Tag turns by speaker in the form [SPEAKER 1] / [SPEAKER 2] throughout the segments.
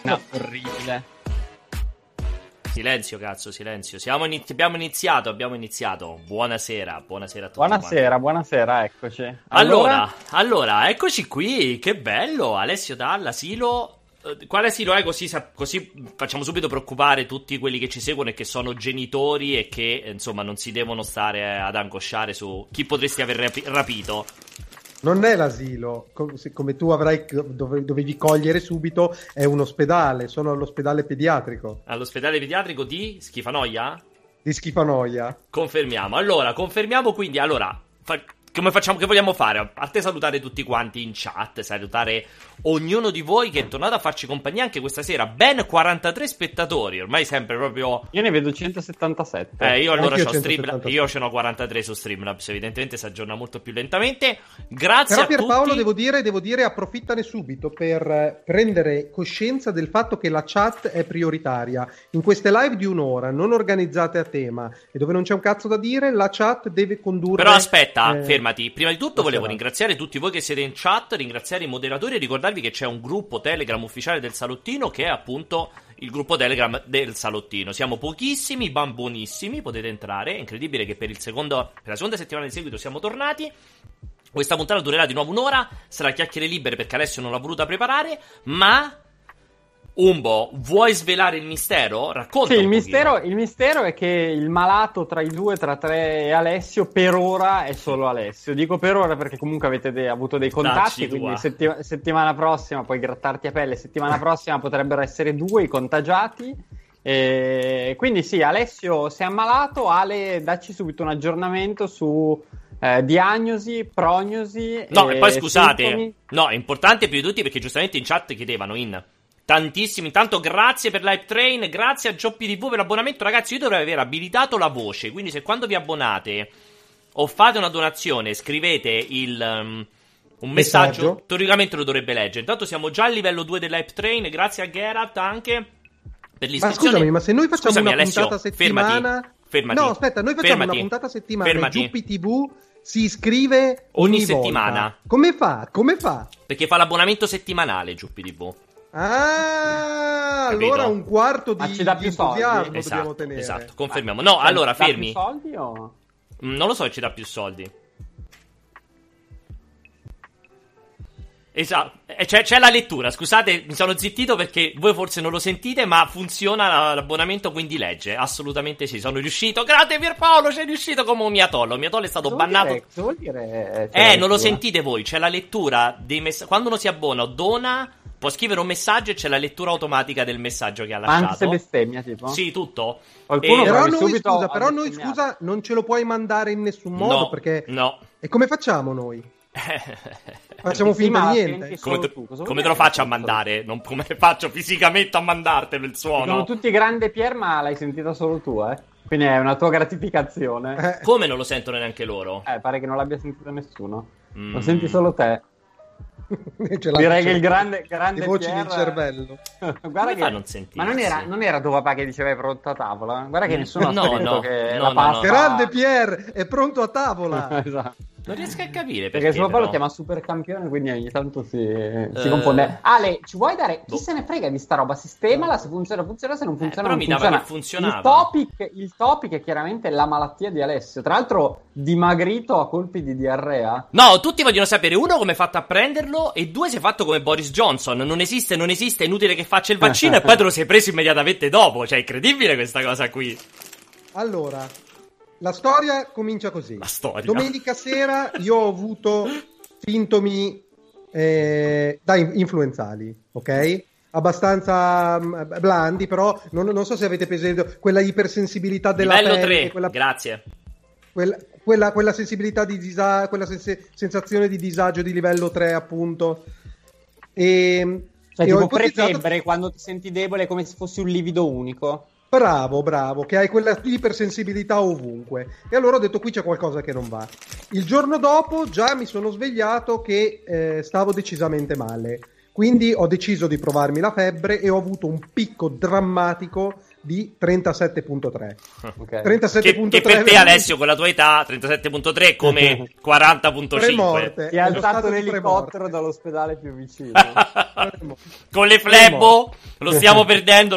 [SPEAKER 1] No, orribile.
[SPEAKER 2] Silenzio, cazzo, silenzio. Abbiamo iniziato. Buonasera a tutti.
[SPEAKER 1] Buonasera, eccoci.
[SPEAKER 2] Allora, eccoci qui. Che bello, Alessio dall'asilo. Quale asilo è? Così facciamo subito preoccupare tutti quelli che ci seguono e che sono genitori e che, insomma, non si devono stare ad angosciare su chi potresti aver rapito.
[SPEAKER 3] Non è l'asilo, come tu dovevi cogliere subito, è un ospedale, sono all'ospedale pediatrico.
[SPEAKER 2] All'ospedale pediatrico di Schifanoia?
[SPEAKER 3] Di Schifanoia.
[SPEAKER 2] Confermiamo quindi, come facciamo, che vogliamo fare? A parte salutare tutti quanti in chat, salutare ognuno di voi che è tornato a farci compagnia anche questa sera. Ben 43 spettatori, ormai sempre proprio...
[SPEAKER 1] Io ne vedo 177.
[SPEAKER 2] Io allora c'ho Streamlabs, io ce n'ho 43 su Streamlabs, evidentemente si aggiorna molto più lentamente. Grazie
[SPEAKER 3] Però
[SPEAKER 2] a
[SPEAKER 3] Pierpaolo,
[SPEAKER 2] tutti.
[SPEAKER 3] devo dire, approfittane subito per prendere coscienza del fatto che la chat è prioritaria. In queste live di un'ora, non organizzate a tema e dove non c'è un cazzo da dire, la chat deve condurre...
[SPEAKER 2] Però aspetta, fermati. Prima di tutto volevo ringraziare tutti voi che siete in chat, ringraziare i moderatori e ricordarvi che c'è un gruppo Telegram ufficiale del Salottino che è appunto il gruppo Telegram del Salottino. Siamo pochissimi, bambonissimi, potete entrare. È incredibile che per la seconda settimana di seguito siamo tornati. Questa puntata durerà di nuovo un'ora, sarà chiacchiere libere perché Alessio non l'ha voluta preparare, ma... Umbo, vuoi svelare il mistero? Racconta.
[SPEAKER 1] Sì, il mistero è che il malato tra i due, tra te e Alessio, per ora è solo Alessio. Dico per ora perché comunque avete avuto dei contatti, quindi settimana prossima puoi grattarti a pelle, settimana prossima potrebbero essere 2 i contagiati. Quindi sì, Alessio si è ammalato. Ale, dacci subito un aggiornamento su diagnosi, prognosi.
[SPEAKER 2] No, e poi scusate,
[SPEAKER 1] sintomi.
[SPEAKER 2] No, è importante più di tutti perché giustamente in chat chiedevano tantissimi. Intanto grazie per Live Train, grazie a Gioppi TV per l'abbonamento. Ragazzi, io dovrei aver abilitato la voce, quindi se quando vi abbonate o fate una donazione scrivete un messaggio, teoricamente lo dovrebbe leggere. Intanto siamo già al livello 2 del Live Train, grazie a Geralt anche per l'iscrizione.
[SPEAKER 3] Ma scusami, ma se noi facciamo una
[SPEAKER 2] Alessio,
[SPEAKER 3] puntata a settimana...
[SPEAKER 2] fermati.
[SPEAKER 3] No, aspetta, noi facciamo una puntata a settimana, Gioppi TV si iscrive ogni
[SPEAKER 2] settimana.
[SPEAKER 3] Come fa?
[SPEAKER 2] Perché fa l'abbonamento settimanale Gioppi TV.
[SPEAKER 3] Ah,
[SPEAKER 2] capito?
[SPEAKER 3] Allora un quarto di
[SPEAKER 1] ci dà più
[SPEAKER 3] entusiasmo
[SPEAKER 1] soldi.
[SPEAKER 3] dobbiamo tenere.
[SPEAKER 2] Esatto, confermiamo. No, allora, fermi.
[SPEAKER 1] Dà più soldi o...
[SPEAKER 2] Non lo so se ci dà più soldi. Esatto, c'è la lettura, scusate, mi sono zittito perché voi forse non lo sentite, ma funziona l'abbonamento, quindi legge, assolutamente sì, sono riuscito, grazie Pierpaolo, sei riuscito come un miatollo è stato bannato.
[SPEAKER 1] Cosa vuol dire?
[SPEAKER 2] Non lo sentite voi, c'è la lettura dei messaggi, quando uno si abbona o dona, può scrivere un messaggio e c'è la lettura automatica del messaggio che ha lasciato.
[SPEAKER 1] Anche se bestemmia, tipo?
[SPEAKER 2] Sì, tutto.
[SPEAKER 1] Però
[SPEAKER 3] noi, scusa, non ce lo puoi mandare in nessun modo, perché...
[SPEAKER 2] No.
[SPEAKER 3] E come facciamo noi? Facciamo finta di niente.
[SPEAKER 2] Come te lo faccio a mandare? Non come faccio fisicamente a mandartelo il suono?
[SPEAKER 1] Sono tutti grande Pier, ma l'hai sentita solo tu, quindi è una tua gratificazione.
[SPEAKER 2] Come non lo sentono neanche loro?
[SPEAKER 1] Pare che non l'abbia sentito nessuno. Lo senti solo te.
[SPEAKER 3] Direi
[SPEAKER 1] che il grande
[SPEAKER 3] le voci
[SPEAKER 1] Pier...
[SPEAKER 3] del cervello.
[SPEAKER 2] Guarda che non sentire.
[SPEAKER 1] Ma non era tuo papà che diceva è pronto a tavola? Guarda che nessuno ha detto che
[SPEAKER 3] la pasta... Grande Pier è pronto a tavola.
[SPEAKER 1] Esatto.
[SPEAKER 2] Non riesco a capire
[SPEAKER 1] perché suo papà lo chiama supercampione, quindi ogni tanto si confonde. Ale, ci vuoi dare? Chi se ne frega di sta roba? Sistemala, se funziona, se non funziona, non funziona.
[SPEAKER 2] Che funzionava.
[SPEAKER 1] Il topic è chiaramente la malattia di Alessio. Tra l'altro, dimagrito a colpi di diarrea.
[SPEAKER 2] No, tutti vogliono sapere, uno, come è fatto a prenderlo, e due, se è fatto come Boris Johnson. Non esiste, è inutile che faccia il vaccino, e poi te lo sei preso immediatamente dopo. Cioè, è incredibile questa cosa qui.
[SPEAKER 3] Allora, la storia comincia così. Domenica sera io ho avuto sintomi influenzali, ok? Abbastanza blandi, però non so se avete preso quella ipersensibilità della
[SPEAKER 2] livello
[SPEAKER 3] pelle.
[SPEAKER 2] 3, grazie.
[SPEAKER 3] Quella sensibilità di disagio, quella sensazione di disagio di livello 3, appunto.
[SPEAKER 1] Cioè, tipo pre-febbre, quando ti senti debole, come se fossi un livido unico.
[SPEAKER 3] Bravo, che hai quella ipersensibilità ovunque. E allora ho detto, qui c'è qualcosa che non va. Il giorno dopo già mi sono svegliato che stavo decisamente male. Quindi ho deciso di provarmi la febbre e ho avuto un picco drammatico di 37.3.
[SPEAKER 2] Okay.
[SPEAKER 3] 37.3
[SPEAKER 2] che per te, Alessio, con la tua età 37.3 è come 40.5.
[SPEAKER 1] Ti ha alzato l'elicottero dall'ospedale più vicino.
[SPEAKER 2] Con le flebo lo stiamo perdendo.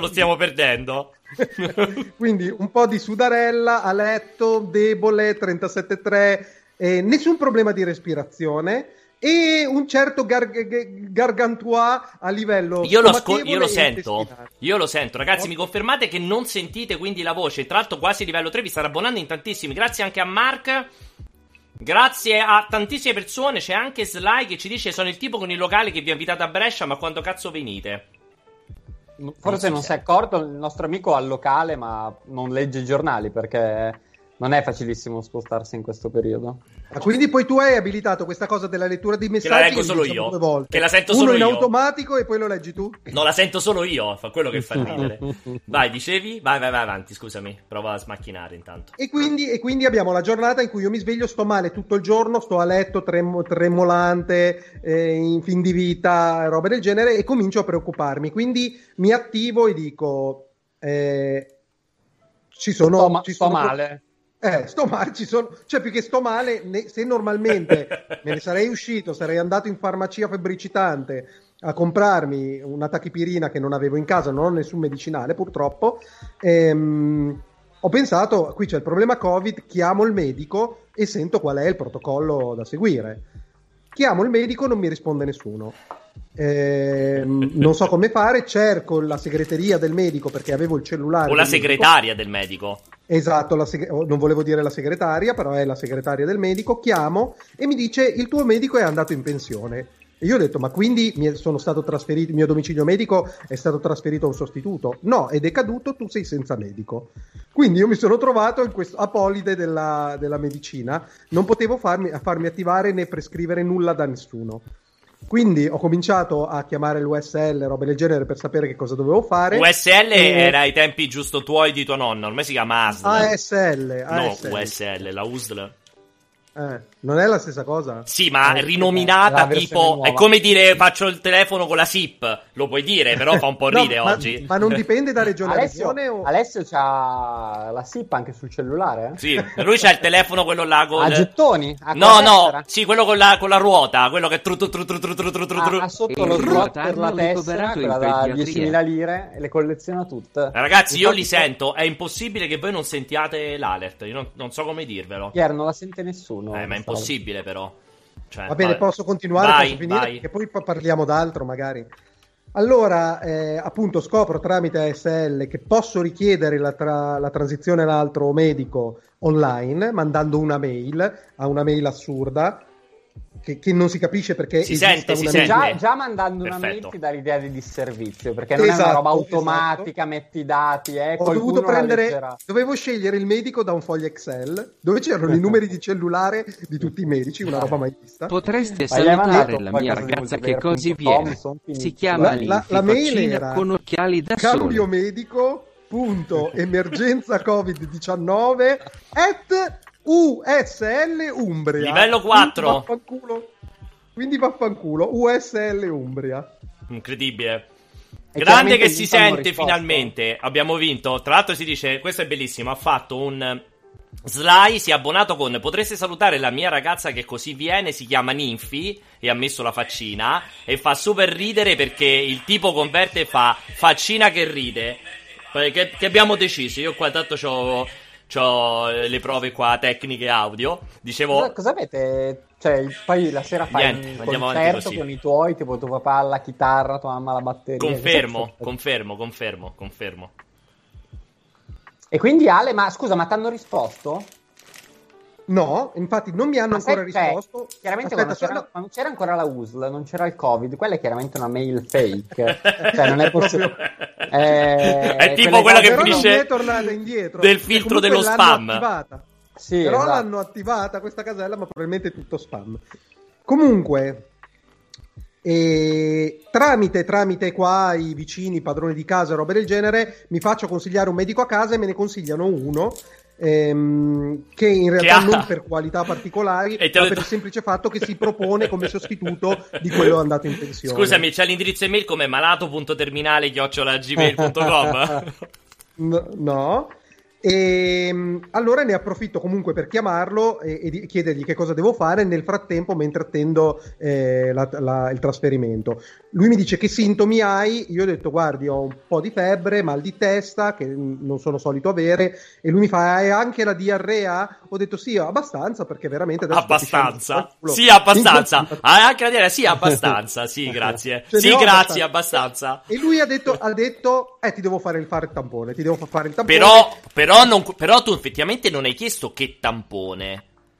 [SPEAKER 3] Quindi un po' di sudarella, a letto, debole, 37.3, nessun problema di respirazione e un certo gargantua a livello
[SPEAKER 2] io lo sento, ragazzi. Mi confermate che non sentite quindi la voce? Tra l'altro quasi livello 3, vi sta abbonando in tantissimi. Grazie anche a Mark, grazie a tantissime persone. C'è anche Sly che ci dice: sono il tipo con il locale che vi ha invitato a Brescia, ma quando cazzo venite?
[SPEAKER 1] Forse non si è accorto il nostro amico al locale, ma non legge i giornali perché non è facilissimo spostarsi in questo periodo.
[SPEAKER 3] Quindi poi tu hai abilitato questa cosa della lettura dei messaggi.
[SPEAKER 2] Che la leggo solo io.
[SPEAKER 3] 2 volte.
[SPEAKER 2] Che la sento
[SPEAKER 3] uno
[SPEAKER 2] solo
[SPEAKER 3] in
[SPEAKER 2] io.
[SPEAKER 3] automatico e poi lo leggi tu.
[SPEAKER 2] No, la sento solo io. Fa quello che fa ridere. Vai, dicevi? Vai avanti, scusami. Prova a smacchinare intanto.
[SPEAKER 3] E quindi abbiamo la giornata in cui io mi sveglio, sto male tutto il giorno, sto a letto tremolante, in fin di vita, robe del genere, e comincio a preoccuparmi. Quindi mi attivo e dico:
[SPEAKER 1] sto male.
[SPEAKER 3] Sto male, cioè più che sto male, se normalmente me ne sarei uscito, sarei andato in farmacia febbricitante a comprarmi una tachipirina che non avevo in casa, non ho nessun medicinale purtroppo, ho pensato, qui c'è il problema Covid, chiamo il medico e sento qual è il protocollo da seguire. Chiamo il medico, non mi risponde nessuno. Non so come fare, cerco la segreteria del medico perché avevo il cellulare.
[SPEAKER 2] O la segretaria del medico.
[SPEAKER 3] Esatto, non volevo dire la segretaria, però è la segretaria del medico. Chiamo e mi dice: il tuo medico è andato in pensione. E io ho detto: ma quindi sono stato trasferito, il mio domicilio medico è stato trasferito a un sostituto? No, è decaduto, tu sei senza medico. Quindi io mi sono trovato in questo apolide della medicina, non potevo farmi attivare né prescrivere nulla da nessuno. Quindi ho cominciato a chiamare l'USL, robe del genere, per sapere che cosa dovevo fare.
[SPEAKER 2] USL era ai tempi giusto tuoi di tua nonna, ormai si chiama ASL.
[SPEAKER 3] ASL.
[SPEAKER 2] No, USL, la USL.
[SPEAKER 3] Non è la stessa cosa?
[SPEAKER 2] Sì, ma rinominata tipo... È come dire faccio il telefono con la SIP. Lo puoi dire, però fa un po' ridere oggi.
[SPEAKER 3] Ma non dipende da regione a regione?
[SPEAKER 1] Alessio c'ha la SIP anche sul cellulare?
[SPEAKER 2] Sì, lui c'ha il telefono quello là con...
[SPEAKER 1] A gettoni?
[SPEAKER 2] No, sì, quello con la ruota. Quello che...
[SPEAKER 1] Ha sotto lo slot per la tessera, quella da 10.000 lire, e le colleziona tutte.
[SPEAKER 2] Ragazzi, io li sento. È impossibile che voi non sentiate l'alert. Io non so come dirvelo.
[SPEAKER 1] Pier, non la sente nessuno.
[SPEAKER 2] Ma è impossibile, però.
[SPEAKER 3] Cioè, va bene, posso continuare? Posso finire? Che poi parliamo d'altro, magari. Allora, appunto, scopro tramite ASL che posso richiedere la transizione all'altro medico online, mandando una mail a una mail assurda. Che non si capisce perché
[SPEAKER 2] si sente.
[SPEAKER 1] Già mandando una mail ti dà l'idea di disservizio, perché non è una roba automatica, metti i dati,
[SPEAKER 3] ho dovuto dovevo scegliere il medico da un foglio Excel dove c'erano i numeri di cellulare di tutti i medici, una roba mai vista.
[SPEAKER 4] Potreste salutare la mia ragazza che così viene, si chiama
[SPEAKER 3] la mail era
[SPEAKER 4] con occhiali da
[SPEAKER 3] cambio
[SPEAKER 4] sole.
[SPEAKER 3] medico.emergenza covid-19 USL Umbria.
[SPEAKER 2] Livello 4.
[SPEAKER 3] Quindi vaffanculo. USL Umbria.
[SPEAKER 2] Incredibile. Grande che si sente finalmente. Abbiamo vinto. Tra l'altro si dice, questo è bellissimo, ha fatto un Sly, si è abbonato con potreste salutare la mia ragazza che così viene, si chiama Ninfi e ha messo la faccina e fa super ridere perché il tipo converte e fa faccina che ride. Che abbiamo deciso. Io qua tanto c'ho le prove qua tecniche audio. Dicevo
[SPEAKER 1] cosa avete? Cioè poi la sera fai un concerto con i tuoi, tipo tuo papà alla chitarra, tua mamma alla batteria.
[SPEAKER 2] Confermo.
[SPEAKER 1] E quindi Ale, ma scusa, ma t'hanno risposto?
[SPEAKER 3] No, infatti non mi hanno ancora risposto.
[SPEAKER 1] Chiaramente quando c'era ancora la USL, non c'era il Covid, quella è chiaramente una mail fake. Cioè non è possibile.
[SPEAKER 2] È tipo quella che finisce
[SPEAKER 3] indietro.
[SPEAKER 2] Del filtro dello spam.
[SPEAKER 3] Sì, però esatto. L'hanno attivata questa casella, ma probabilmente è tutto spam. Comunque, tramite qua i vicini, padroni di casa e robe del genere, mi faccio consigliare un medico a casa e me ne consigliano uno. Che in realtà non per qualità particolari, ma per il semplice fatto che si propone come sostituto di quello andato in pensione.
[SPEAKER 2] Scusami, c'è l'indirizzo email come malato.terminale@gmail.com.
[SPEAKER 3] No. E allora ne approfitto comunque per chiamarlo e chiedergli che cosa devo fare nel frattempo mentre attendo il trasferimento. Lui mi dice: che sintomi hai? Io ho detto: guardi, ho un po' di febbre, mal di testa che non sono solito avere. E lui mi fa: hai anche la diarrea? Ho detto: sì, abbastanza, perché veramente adesso
[SPEAKER 2] abbastanza, sì, abbastanza. Hai anche la diarrea? Sì, abbastanza, sì, grazie. Cioè, sì, grazie, abbastanza.
[SPEAKER 3] E lui ha detto ti devo fare il tampone, ti devo fare il tampone.
[SPEAKER 2] Però tu effettivamente non hai chiesto che tampone.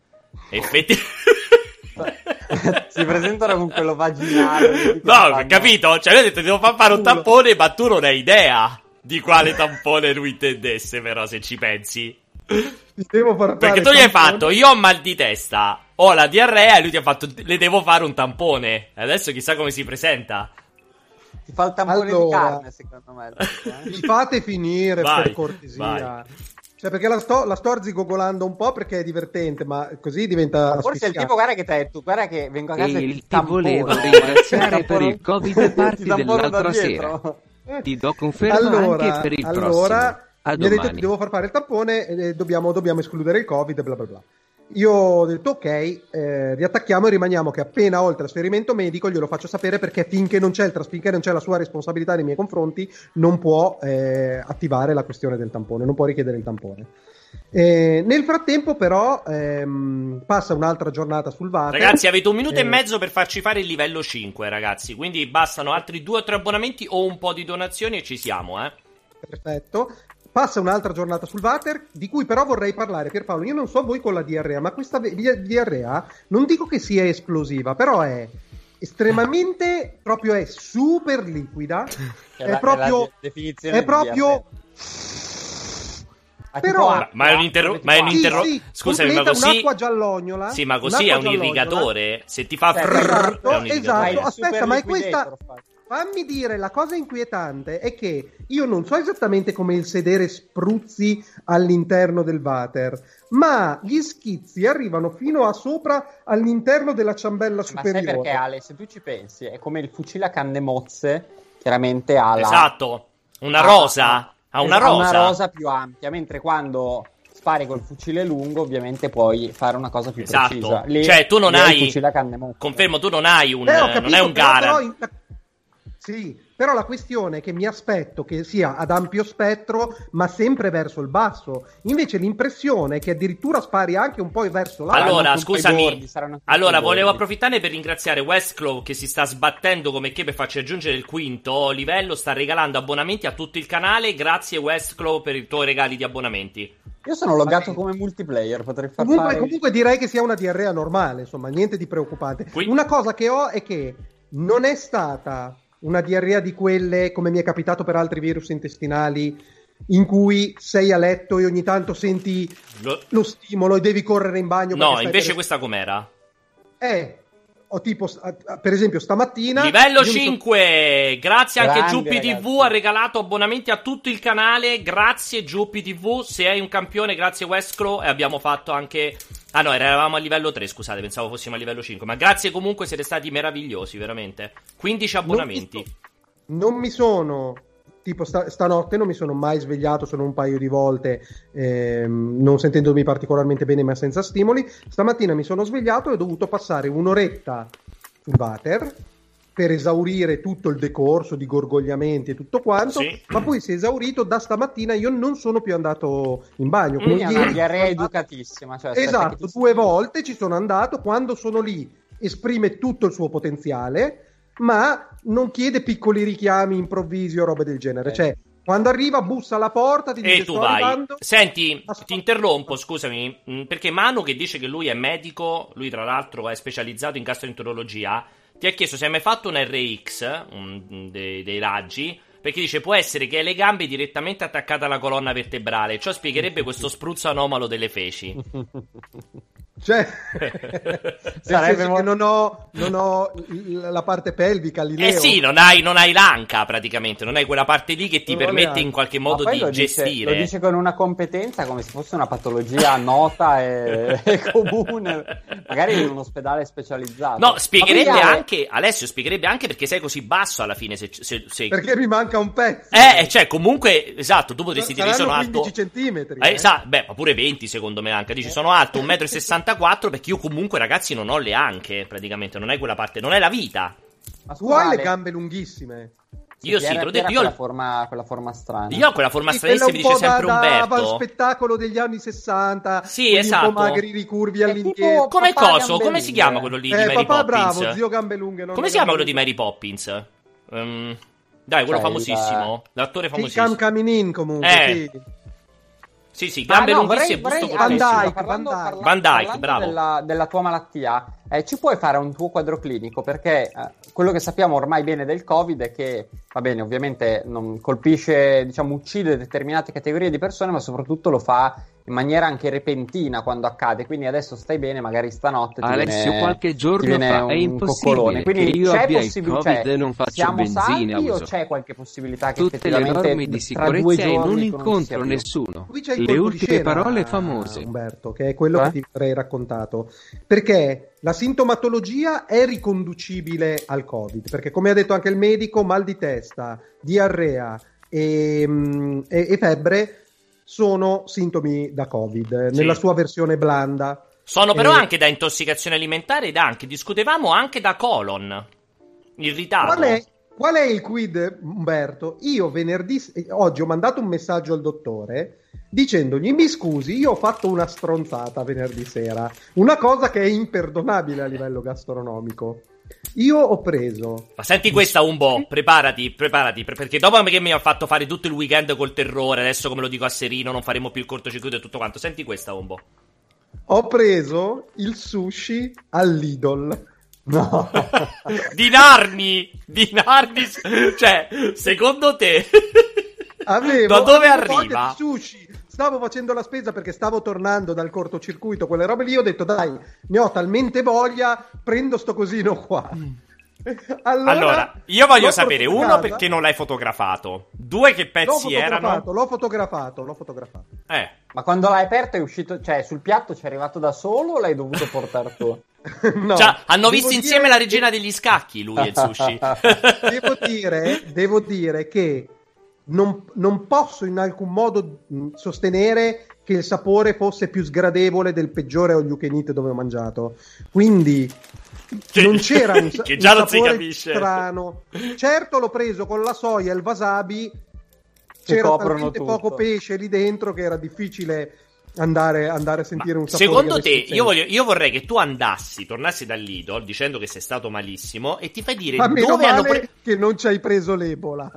[SPEAKER 1] Si presentano con quello vaginale.
[SPEAKER 2] No, capito? Cioè, lui ha detto: ti devo fare un tampone, ma tu non hai idea di quale tampone lui intendesse, però, se ci pensi.
[SPEAKER 3] Devo far
[SPEAKER 2] perché tu gli hai fatto: io ho mal di testa, ho la diarrea, e lui ti ha fatto: le devo fare un tampone. E adesso chissà come si presenta.
[SPEAKER 1] Ti fa il tampone di carne, secondo me.
[SPEAKER 3] Mi fate finire, per cortesia.
[SPEAKER 2] Vai.
[SPEAKER 3] Cioè, perché la sto arzigogolando un po' perché è divertente, ma così diventa
[SPEAKER 1] forse è il tipo, guarda che ti ha detto, guarda che vengo a casa e
[SPEAKER 4] ti volevo ringraziare per il Covid party dell'altra sera. Ti do conferma anche per il prossimo. A
[SPEAKER 3] mi ha detto: ti devo far fare il tampone e dobbiamo escludere il Covid, bla bla bla. Io ho detto: ok, riattacchiamo e rimaniamo che appena ho il trasferimento medico glielo faccio sapere, perché finché non c'è la sua responsabilità nei miei confronti non può attivare la questione del tampone, non può richiedere il tampone. Nel frattempo però passa un'altra giornata sul Vater.
[SPEAKER 2] Ragazzi, avete 1 minuto e mezzo per farci fare il livello 5, ragazzi, quindi bastano altri 2 o 3 abbonamenti o un po' di donazioni e ci siamo,
[SPEAKER 3] Perfetto. Passa un'altra giornata sul Vater, di cui però vorrei parlare, Pierpaolo. Io non so voi con la diarrea, ma questa diarrea non dico che sia esplosiva, però è estremamente, proprio è super liquida. È proprio però
[SPEAKER 2] ma è un interrotore. Scusami, ma così
[SPEAKER 3] un'acqua giallognola.
[SPEAKER 2] Sì, ma così è un irrigatore. Se ti fa
[SPEAKER 3] esatto. Aspetta, ma è questa. Fammi dire, la cosa inquietante è che io non so esattamente come il sedere spruzzi all'interno del Vater, ma gli schizzi arrivano fino a sopra all'interno della ciambella superiore.
[SPEAKER 1] Ma sai perché, Ale? Se tu ci pensi, è come il fucile a canne mozze, chiaramente ha
[SPEAKER 2] esatto, una rosa. Ha una rosa
[SPEAKER 1] più ampia, mentre quando spari col fucile lungo ovviamente puoi fare una cosa più precisa. Lì,
[SPEAKER 2] cioè tu non hai,
[SPEAKER 1] confermo,
[SPEAKER 2] tu non hai non è un gara.
[SPEAKER 3] Sì, però la questione è che mi aspetto che sia ad ampio spettro, ma sempre verso il basso. Invece l'impressione è che addirittura spari anche un po' verso l'alto.
[SPEAKER 2] Allora, scusami. Allora, volevo approfittare per ringraziare Westclaw, che si sta sbattendo come che per farci aggiungere il 5° livello. Sta regalando abbonamenti a tutto il canale. Grazie, Westclaw, per i tuoi regali di abbonamenti.
[SPEAKER 1] Io sono loggato come multiplayer, potrei far
[SPEAKER 3] comunque direi che sia una diarrea normale, insomma, niente di preoccupante. Una cosa che ho è che non è stata una diarrea di quelle, come mi è capitato per altri virus intestinali, in cui sei a letto e ogni tanto senti lo stimolo e devi correre in bagno.
[SPEAKER 2] No, invece questa com'era?
[SPEAKER 3] O tipo, per esempio, stamattina...
[SPEAKER 2] Livello 5! Grazie anche Giuppi TV, ha regalato abbonamenti a tutto il canale. Grazie Giuppi TV, sei un campione, grazie Westclaw. E abbiamo fatto anche... Ah no, eravamo a livello 3, scusate, pensavo fossimo a livello 5. Ma grazie comunque, siete stati meravigliosi, veramente. 15 abbonamenti.
[SPEAKER 3] Non mi sono... Tipo stanotte non mi sono mai svegliato, sono un paio di volte non sentendomi particolarmente bene ma senza stimoli. Stamattina mi sono svegliato e ho dovuto passare un'oretta sul Vater per esaurire tutto il decorso di gorgogliamenti e tutto quanto, sì. Ma poi si è esaurito, da stamattina io non sono più andato in bagno.
[SPEAKER 1] È una diarrea educatissima. Cioè,
[SPEAKER 3] esatto, 2 volte ci sono andato, quando sono lì esprime tutto il suo potenziale, ma non chiede piccoli richiami improvvisi o robe del genere. Cioè, quando arriva, bussa alla porta, ti dice:
[SPEAKER 2] e tu vai. Arrivando. Senti, ti interrompo, scusami, perché Manu, che dice che lui è medico, lui tra l'altro è specializzato in gastroenterologia, ti ha chiesto se hai mai fatto un RX, dei raggi, perché dice: può essere che hai le gambe direttamente attaccate alla colonna vertebrale. Ciò spiegherebbe questo spruzzo anomalo delle feci.
[SPEAKER 3] Cioè, sarebbe che non ho la parte pelvica lì.
[SPEAKER 2] Sì, non hai l'anca praticamente, non hai quella parte lì che ti permette in qualche modo di gestire.
[SPEAKER 1] Lo dice con una competenza come se fosse una patologia nota e comune, magari in un ospedale specializzato.
[SPEAKER 2] No, spiegherebbe anche, Alessio spiegherebbe anche perché sei così basso alla fine. Se...
[SPEAKER 3] Perché mi manca un pezzo.
[SPEAKER 2] Cioè, comunque, esatto, tu potresti dire sono alto
[SPEAKER 3] 15 centimetri.
[SPEAKER 2] Beh, ma pure 20 secondo me anche. Dici sono alto 1,64 m perché io comunque, ragazzi, non ho le anche praticamente, non hai quella parte, non hai la vita.
[SPEAKER 3] Ma tu hai le gambe lunghissime.
[SPEAKER 1] Io sì, te l'ho detto. Io quella forma strana.
[SPEAKER 2] Io ho quella forma stranissima, mi dice sempre Umberto.
[SPEAKER 3] Da spettacolo degli anni 60.
[SPEAKER 2] Sì, esatto.
[SPEAKER 3] Un po' magri, ricurvi all'indietro.
[SPEAKER 2] Come coso? Come si chiama quello lì di Mary
[SPEAKER 3] papà
[SPEAKER 2] Poppins?
[SPEAKER 3] Bravo, zio gambe lunghe.
[SPEAKER 2] Come si chiama quello di Mary Poppins? Dai, quello famosissimo. L'attore famosissimo.
[SPEAKER 3] Cam Caminin comunque,
[SPEAKER 2] Sì, gambe lunghissime e busto
[SPEAKER 1] Van
[SPEAKER 2] Dyke, bravo.
[SPEAKER 1] Della tua malattia, ci puoi fare un tuo quadro clinico? Perché quello che sappiamo ormai bene del Covid è che, va bene, ovviamente non colpisce, uccide determinate categorie di persone, ma soprattutto lo fa in maniera anche repentina quando accade. Quindi adesso stai bene, magari stanotte
[SPEAKER 4] qualche giorno fa è impossibile che io abbia il Covid e non faccio benzina.
[SPEAKER 1] O c'è qualche possibilità che
[SPEAKER 4] tutte le norme di sicurezza e non incontro nessuno. Le ultime parole famose,
[SPEAKER 3] Umberto, che è quello che ti avrei raccontato, perché la sintomatologia è riconducibile al Covid, perché come ha detto anche il medico, mal di testa, diarrea e febbre sono sintomi da Covid, nella sua versione blanda.
[SPEAKER 2] Sono però anche da intossicazione alimentare ed anche, discutevamo, anche da colon irritato.
[SPEAKER 3] Qual è il quid, Umberto? Io oggi ho mandato un messaggio al dottore dicendogli: mi scusi, io ho fatto una stronzata venerdì sera, una cosa che è imperdonabile a livello gastronomico. Io ho preso...
[SPEAKER 2] Ma senti questa, Umbo, preparati, perché dopo che mi ha fatto fare tutto il weekend col terrore, adesso come lo dico a Serino, non faremo più il cortocircuito e tutto quanto. Senti questa, Umbo.
[SPEAKER 3] Ho preso il sushi all'Idol.
[SPEAKER 2] No. Di Narni, cioè, secondo te da dove arriva?
[SPEAKER 3] Sushi. Stavo facendo la spesa perché stavo tornando dal cortocircuito, quelle robe lì, ho detto dai, ne ho talmente voglia, prendo sto cosino qua.
[SPEAKER 2] Allora, io voglio sapere, uno, perché non l'hai fotografato, due, che pezzi erano.
[SPEAKER 3] L'ho fotografato.
[SPEAKER 1] Ma quando l'hai aperto è uscito, cioè sul piatto ci è arrivato da solo o l'hai dovuto portare tu?
[SPEAKER 2] No, cioè, hanno visto insieme la regina degli scacchi, lui e il sushi.
[SPEAKER 3] Devo dire che non posso in alcun modo sostenere che il sapore fosse più sgradevole del peggiore all you can eat dove ho mangiato. Quindi non c'era un
[SPEAKER 2] che già non si capisce.
[SPEAKER 3] Strano. Certo, l'ho preso con la soia e il wasabi. C'era talmente poco pesce lì dentro che era difficile andare a sentire un sapore.
[SPEAKER 2] Secondo te, io vorrei che tu tornassi dall'Idol dicendo che sei stato malissimo e ti fai dire dove hanno
[SPEAKER 3] che non ci hai preso l'Ebola.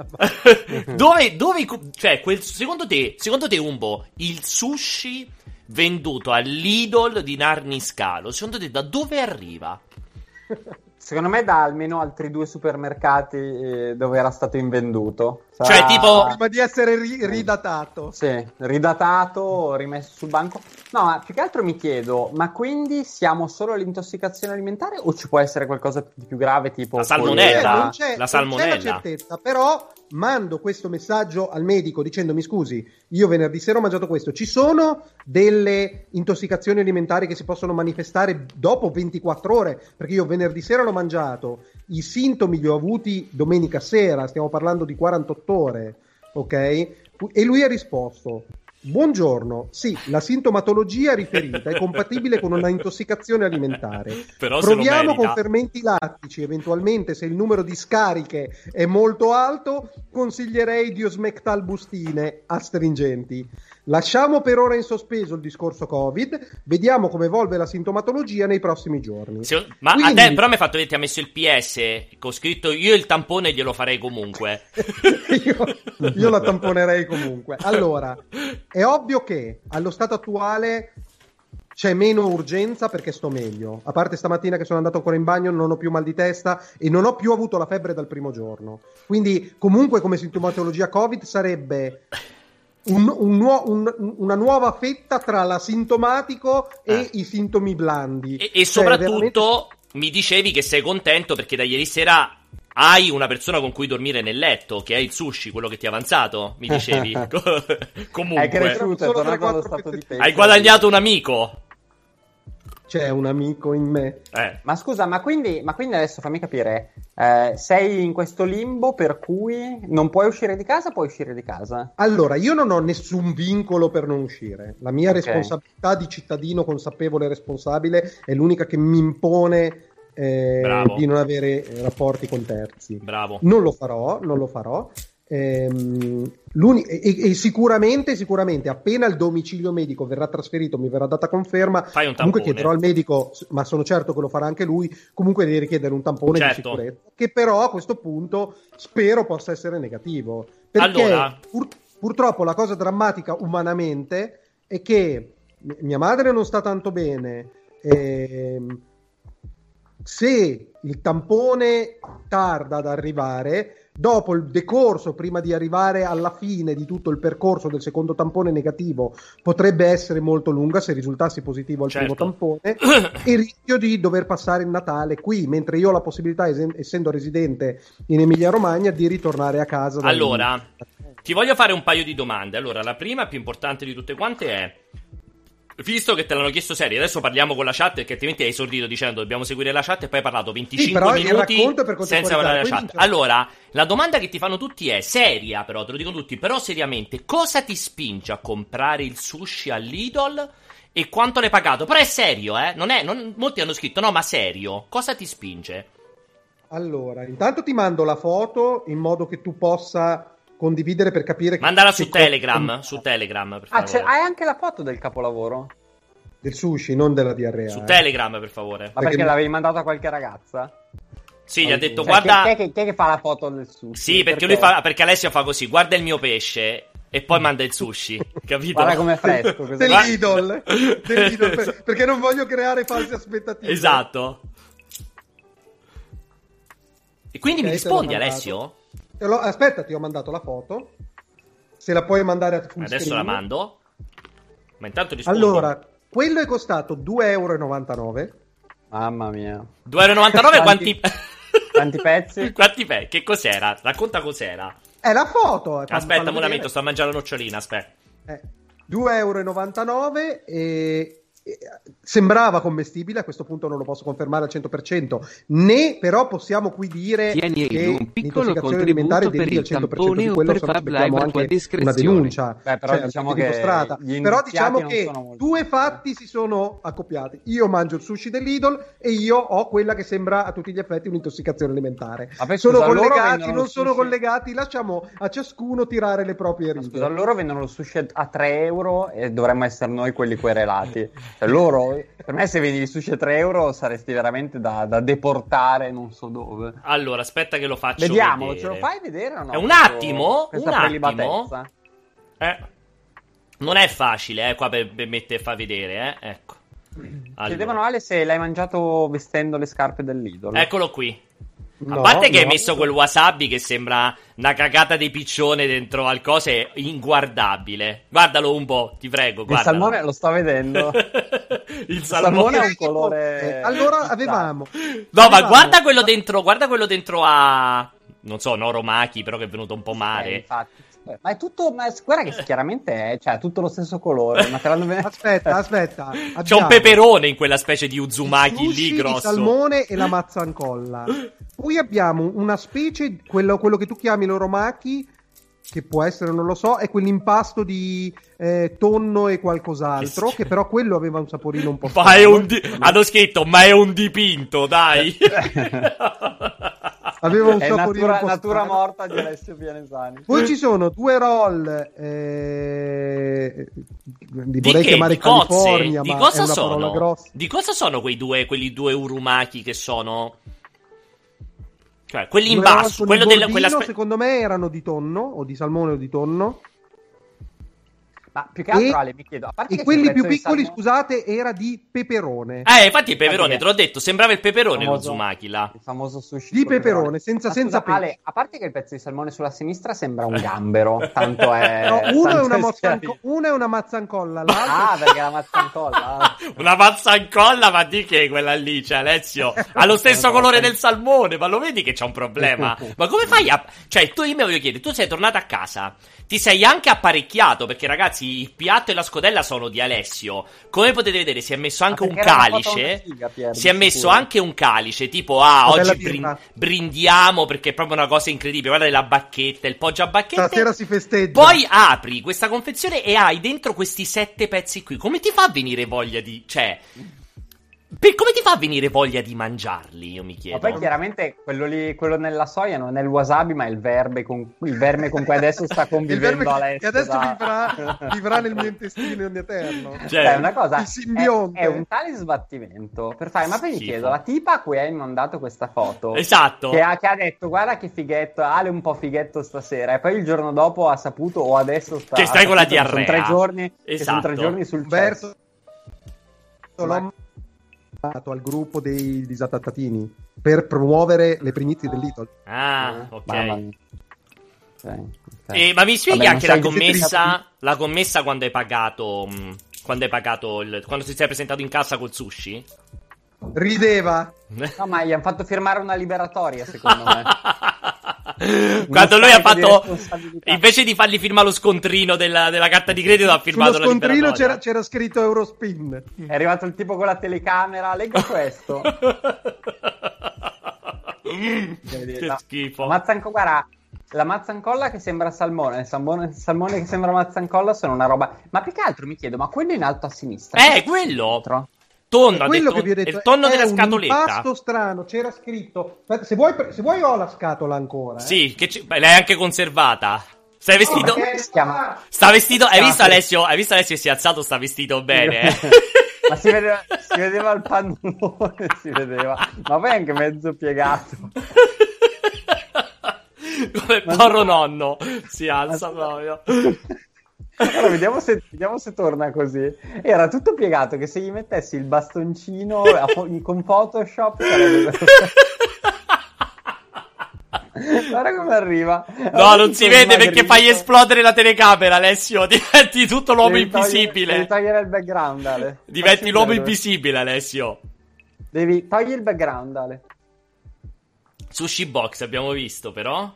[SPEAKER 2] Cioè, secondo te, Umbo, il sushi venduto all'Idol di Narni Scalo, secondo te da dove arriva?
[SPEAKER 1] Secondo me da almeno altri 2 supermercati dove era stato invenduto.
[SPEAKER 2] Cioè tipo...
[SPEAKER 3] Prima di essere ridatato.
[SPEAKER 1] Sì, ridatato, rimesso sul banco. No, ma più che altro mi chiedo, ma quindi siamo solo all'intossicazione alimentare o ci può essere qualcosa di più grave tipo...
[SPEAKER 2] La salmonella?
[SPEAKER 3] Non c'è la certezza, però mando questo messaggio al medico dicendomi: scusi, io venerdì sera ho mangiato questo. Ci sono delle intossicazioni alimentari che si possono manifestare dopo 24 ore? Perché io venerdì sera l'ho mangiato, i sintomi li ho avuti domenica sera, stiamo parlando di 48 ore, ok? E lui ha risposto: buongiorno, sì, la sintomatologia riferita è compatibile con una intossicazione alimentare.
[SPEAKER 2] Però
[SPEAKER 3] proviamo con fermenti lattici, eventualmente se il numero di scariche è molto alto consiglierei diosmectalbustine astringenti. Lasciamo per ora in sospeso il discorso Covid, vediamo come evolve la sintomatologia nei prossimi giorni.
[SPEAKER 2] Ma quindi... a te però mi hai fatto vedere, ti ha messo il PS, che ho scritto io il tampone glielo farei comunque.
[SPEAKER 3] io la tamponerei comunque. Allora, è ovvio che allo stato attuale c'è meno urgenza perché sto meglio. A parte stamattina che sono andato ancora in bagno, non ho più mal di testa e non ho più avuto la febbre dal primo giorno. Quindi comunque come sintomatologia Covid sarebbe una nuova fetta tra l'asintomatico e i sintomi blandi.
[SPEAKER 2] E soprattutto mi dicevi che sei contento perché da ieri sera hai una persona con cui dormire nel letto, che è il sushi, quello che ti è avanzato, mi dicevi. Comunque
[SPEAKER 1] è cresciuto, è tornato allo stato di peso.
[SPEAKER 2] Hai guadagnato un amico.
[SPEAKER 3] C'è un amico in me.
[SPEAKER 1] Ma scusa, ma quindi adesso fammi capire, sei in questo limbo per cui non puoi uscire di casa o puoi uscire di casa?
[SPEAKER 3] Allora, io non ho nessun vincolo per non uscire. La mia responsabilità di cittadino consapevole e responsabile è l'unica che mi impone di non avere rapporti con terzi.
[SPEAKER 2] Bravo.
[SPEAKER 3] Non lo farò. E sicuramente appena il domicilio medico verrà trasferito, mi verrà data conferma, comunque chiederò al medico, ma sono certo che lo farà anche lui, comunque devi richiedere un tampone di sicurezza, che però a questo punto spero possa essere negativo, perché purtroppo la cosa drammatica umanamente è che mia madre non sta tanto bene, se il tampone tarda ad arrivare, dopo il decorso, prima di arrivare alla fine di tutto il percorso del secondo tampone negativo, potrebbe essere molto lunga se risultassi positivo al primo tampone, e rischio di dover passare il Natale qui, mentre io ho la possibilità, essendo residente in Emilia Romagna, di ritornare a casa.
[SPEAKER 2] Allora, ti voglio fare un paio di domande. Allora, la prima, più importante di tutte quante, è: visto che te l'hanno chiesto serio, adesso parliamo con la chat, perché altrimenti hai esordito dicendo dobbiamo seguire la chat e poi hai parlato 25 minuti senza parlare la chat. Allora, la domanda che ti fanno tutti è seria, però te lo dicono tutti, però seriamente: cosa ti spinge a comprare il sushi all'Idol e quanto l'hai pagato? Però è serio, molti hanno scritto no, ma serio, cosa ti spinge?
[SPEAKER 3] Allora, intanto ti mando la foto in modo che tu possa condividere per capire.
[SPEAKER 2] Mandala su Telegram, per favore.
[SPEAKER 1] Hai anche la foto del capolavoro?
[SPEAKER 3] Del sushi, non della diarrea.
[SPEAKER 2] Su Telegram, per favore.
[SPEAKER 1] Ma perché l'avevi mandato a qualche ragazza?
[SPEAKER 2] Sì, gli ha detto guarda.
[SPEAKER 1] Chi è che fa la foto del sushi?
[SPEAKER 2] Sì, perché Alessio fa così: guarda il mio pesce e poi manda il sushi. Capito?
[SPEAKER 1] Guarda com'è fresco.
[SPEAKER 3] Dell'Idol, perché non voglio creare false aspettative.
[SPEAKER 2] Esatto. E quindi mi rispondi, Alessio?
[SPEAKER 3] Aspetta, ti ho mandato la foto. Se la puoi mandare a full
[SPEAKER 2] adesso
[SPEAKER 3] screen.
[SPEAKER 2] la mando. Ma intanto rispondo.
[SPEAKER 3] Allora, quello è costato 2,99 €.
[SPEAKER 1] Mamma mia.
[SPEAKER 2] 2,99 €?
[SPEAKER 1] Quanti pezzi?
[SPEAKER 2] Che cos'era? Racconta cos'era.
[SPEAKER 3] È la foto.
[SPEAKER 2] Aspetta un momento, sto a mangiare la nocciolina, aspetta.
[SPEAKER 3] 2,99 € e sembrava commestibile, a questo punto non lo posso confermare al 100%, né però possiamo qui dire che
[SPEAKER 4] un piccolo contributo per il tampone o per Fab Live a tua discrezione.
[SPEAKER 3] Una denuncia.
[SPEAKER 1] Però diciamo
[SPEAKER 3] che due fatti si sono accoppiati: io mangio il sushi dell'Idol e io ho quella che sembra a tutti gli effetti un'intossicazione alimentare. Sono collegati, non sono collegati, lasciamo a ciascuno tirare le proprie righe.
[SPEAKER 1] Scusa, loro vendono il sushi a 3 € e dovremmo essere noi quelli querelati. Loro, per me, se vedi il sushi a 3 € saresti veramente da deportare non so dove.
[SPEAKER 2] Allora, aspetta che lo faccio.
[SPEAKER 1] Vediamo,
[SPEAKER 2] vedere.
[SPEAKER 1] Ce lo fai vedere o no?
[SPEAKER 2] È un attimo? Non è facile, qua per mettere e fa vedere, ecco. Allora.
[SPEAKER 1] Chiedevano Ale se l'hai mangiato vestendo le scarpe dell'Idol.
[SPEAKER 2] Eccolo qui. A parte che hai messo quel wasabi che sembra una cagata di piccione dentro al coso, è inguardabile. Guardalo un po', ti prego, guardalo.
[SPEAKER 1] Il salmone lo sto vedendo.
[SPEAKER 2] Il salmone
[SPEAKER 1] è un colore.
[SPEAKER 3] Allora avevamo.
[SPEAKER 2] No, ma guarda quello dentro a. Non so, Noromaki, però che è venuto un po' male.
[SPEAKER 1] Infatti. Ma è tutto. Guarda che chiaramente è tutto lo stesso colore. Ma
[SPEAKER 3] aspetta.
[SPEAKER 2] C'è un peperone in quella specie di uzumaki lì grosso.
[SPEAKER 3] Il salmone e la mazzancolla. Poi abbiamo una specie, quello che tu chiami l'oromaki, che può essere, non lo so, è quell'impasto di tonno e qualcos'altro, che però quello aveva un saporino un po'
[SPEAKER 2] hanno scritto, ma è un dipinto, dai.
[SPEAKER 3] Aveva un saporino un po'
[SPEAKER 1] natura morta di Alessio Pianesani.
[SPEAKER 3] Poi ci sono 2 roll vorrei chiamare California,
[SPEAKER 2] di
[SPEAKER 3] ma
[SPEAKER 2] cosa
[SPEAKER 3] è una
[SPEAKER 2] sono?
[SPEAKER 3] parola grossa.
[SPEAKER 2] Di cosa sono quelli due urumaki che sono? Cioè, quelli in basso,
[SPEAKER 3] quella secondo me erano di tonno, o di salmone o di tonno.
[SPEAKER 1] Ma più che altro, Ale, mi chiedo, a parte
[SPEAKER 3] e quelli più piccoli, scusate, era di peperone.
[SPEAKER 2] Infatti il peperone, te l'ho detto, sembrava il peperone lo Uzumaki là.
[SPEAKER 1] Il famoso sushi
[SPEAKER 3] di peperone, senza
[SPEAKER 1] scusa,
[SPEAKER 3] pesce.
[SPEAKER 1] Ale, a parte che il pezzo di salmone sulla sinistra sembra un gambero, tanto è...
[SPEAKER 3] No, una è una mazzancolla, l'altra...
[SPEAKER 1] perché è la mazzancolla.
[SPEAKER 2] Una mazzancolla, ma di che quella lì, cioè Alessio? Ha lo stesso colore del salmone, ma lo vedi che c'è un problema? Ma come fai a... Cioè, tu io mi voglio chiedere, tu sei tornato a casa, ti sei anche apparecchiato, perché ragazzi il piatto e la scodella sono di Alessio. Come potete vedere si è messo anche un calice. Si è messo anche un calice, tipo oggi brindiamo perché è proprio una cosa incredibile. Guarda la bacchetta, il poggia a bacchette.
[SPEAKER 3] Stasera si festeggia.
[SPEAKER 2] Poi apri questa confezione e hai dentro questi 7 pezzi qui. Come ti fa a venire voglia di... Cioè... come ti fa a venire voglia di mangiarli, io mi chiedo.
[SPEAKER 1] Ma poi chiaramente quello lì, quello nella soia non è il wasabi, ma è il verme con cui adesso sta convivendo Alessio.
[SPEAKER 3] Che adesso vivrà nel mio intestino in eterno.
[SPEAKER 1] Cioè, una cosa,
[SPEAKER 3] il simbionte.
[SPEAKER 1] È un tale sbattimento per fare. Ma poi mi chiedo, la tipa a cui hai mandato questa foto,
[SPEAKER 2] esatto,
[SPEAKER 1] che ha detto guarda che fighetto, Ale un po' fighetto stasera, e poi il giorno dopo ha saputo, o adesso sta...
[SPEAKER 2] Che stai con la diarrea.
[SPEAKER 1] Sono 3 giorni,
[SPEAKER 2] esatto.
[SPEAKER 1] Sono 3 giorni sul cesso.
[SPEAKER 3] Al gruppo dei disattattatini per promuovere le primizie del Lidl.
[SPEAKER 2] Ok. Ma mi spieghi anche la commessa quando hai pagato quando ti sei presentato in cassa col sushi?
[SPEAKER 3] Rideva.
[SPEAKER 1] No, ma gli hanno fatto firmare una liberatoria, secondo me.
[SPEAKER 2] Quando lui ha fatto, invece di fargli firmare lo scontrino della carta di credito, ha firmato la liberatoria.
[SPEAKER 3] Sullo scontrino c'era scritto Eurospin.
[SPEAKER 1] È arrivato il tipo con la telecamera, leggo questo.
[SPEAKER 2] Che schifo.
[SPEAKER 1] La mazzancolla che sembra salmone, il salmone che sembra mazzancolla sono una roba... Ma più che altro mi chiedo, ma quello in alto a sinistra?
[SPEAKER 2] Quello! Tonno,
[SPEAKER 3] quello che vi ho detto,
[SPEAKER 2] il tonno della scatoletta.
[SPEAKER 3] È un impasto strano, c'era scritto... Se vuoi ho la scatola ancora.
[SPEAKER 2] Sì, l'hai anche conservata. Stai vestito? Sta vestito... Hai visto Alessio che si è alzato, sta vestito bene,
[SPEAKER 1] Ma si vedeva il pannolone, si vedeva. Ma poi è anche mezzo piegato.
[SPEAKER 2] Come il porro nonno. Si alza proprio.
[SPEAKER 1] Allora, vediamo se torna così. Era tutto piegato, che se gli mettessi il bastoncino con Photoshop sarebbe... Guarda come arriva.
[SPEAKER 2] No, non si vede perché fai esplodere la telecamera, Alessio. Diventi tutto l'uomo invisibile.
[SPEAKER 1] Devi togliere il background, Ale.
[SPEAKER 2] Diventi l'uomo invisibile, Alessio.
[SPEAKER 1] Devi togliere il background, Ale.
[SPEAKER 2] Sushi Box abbiamo visto, però.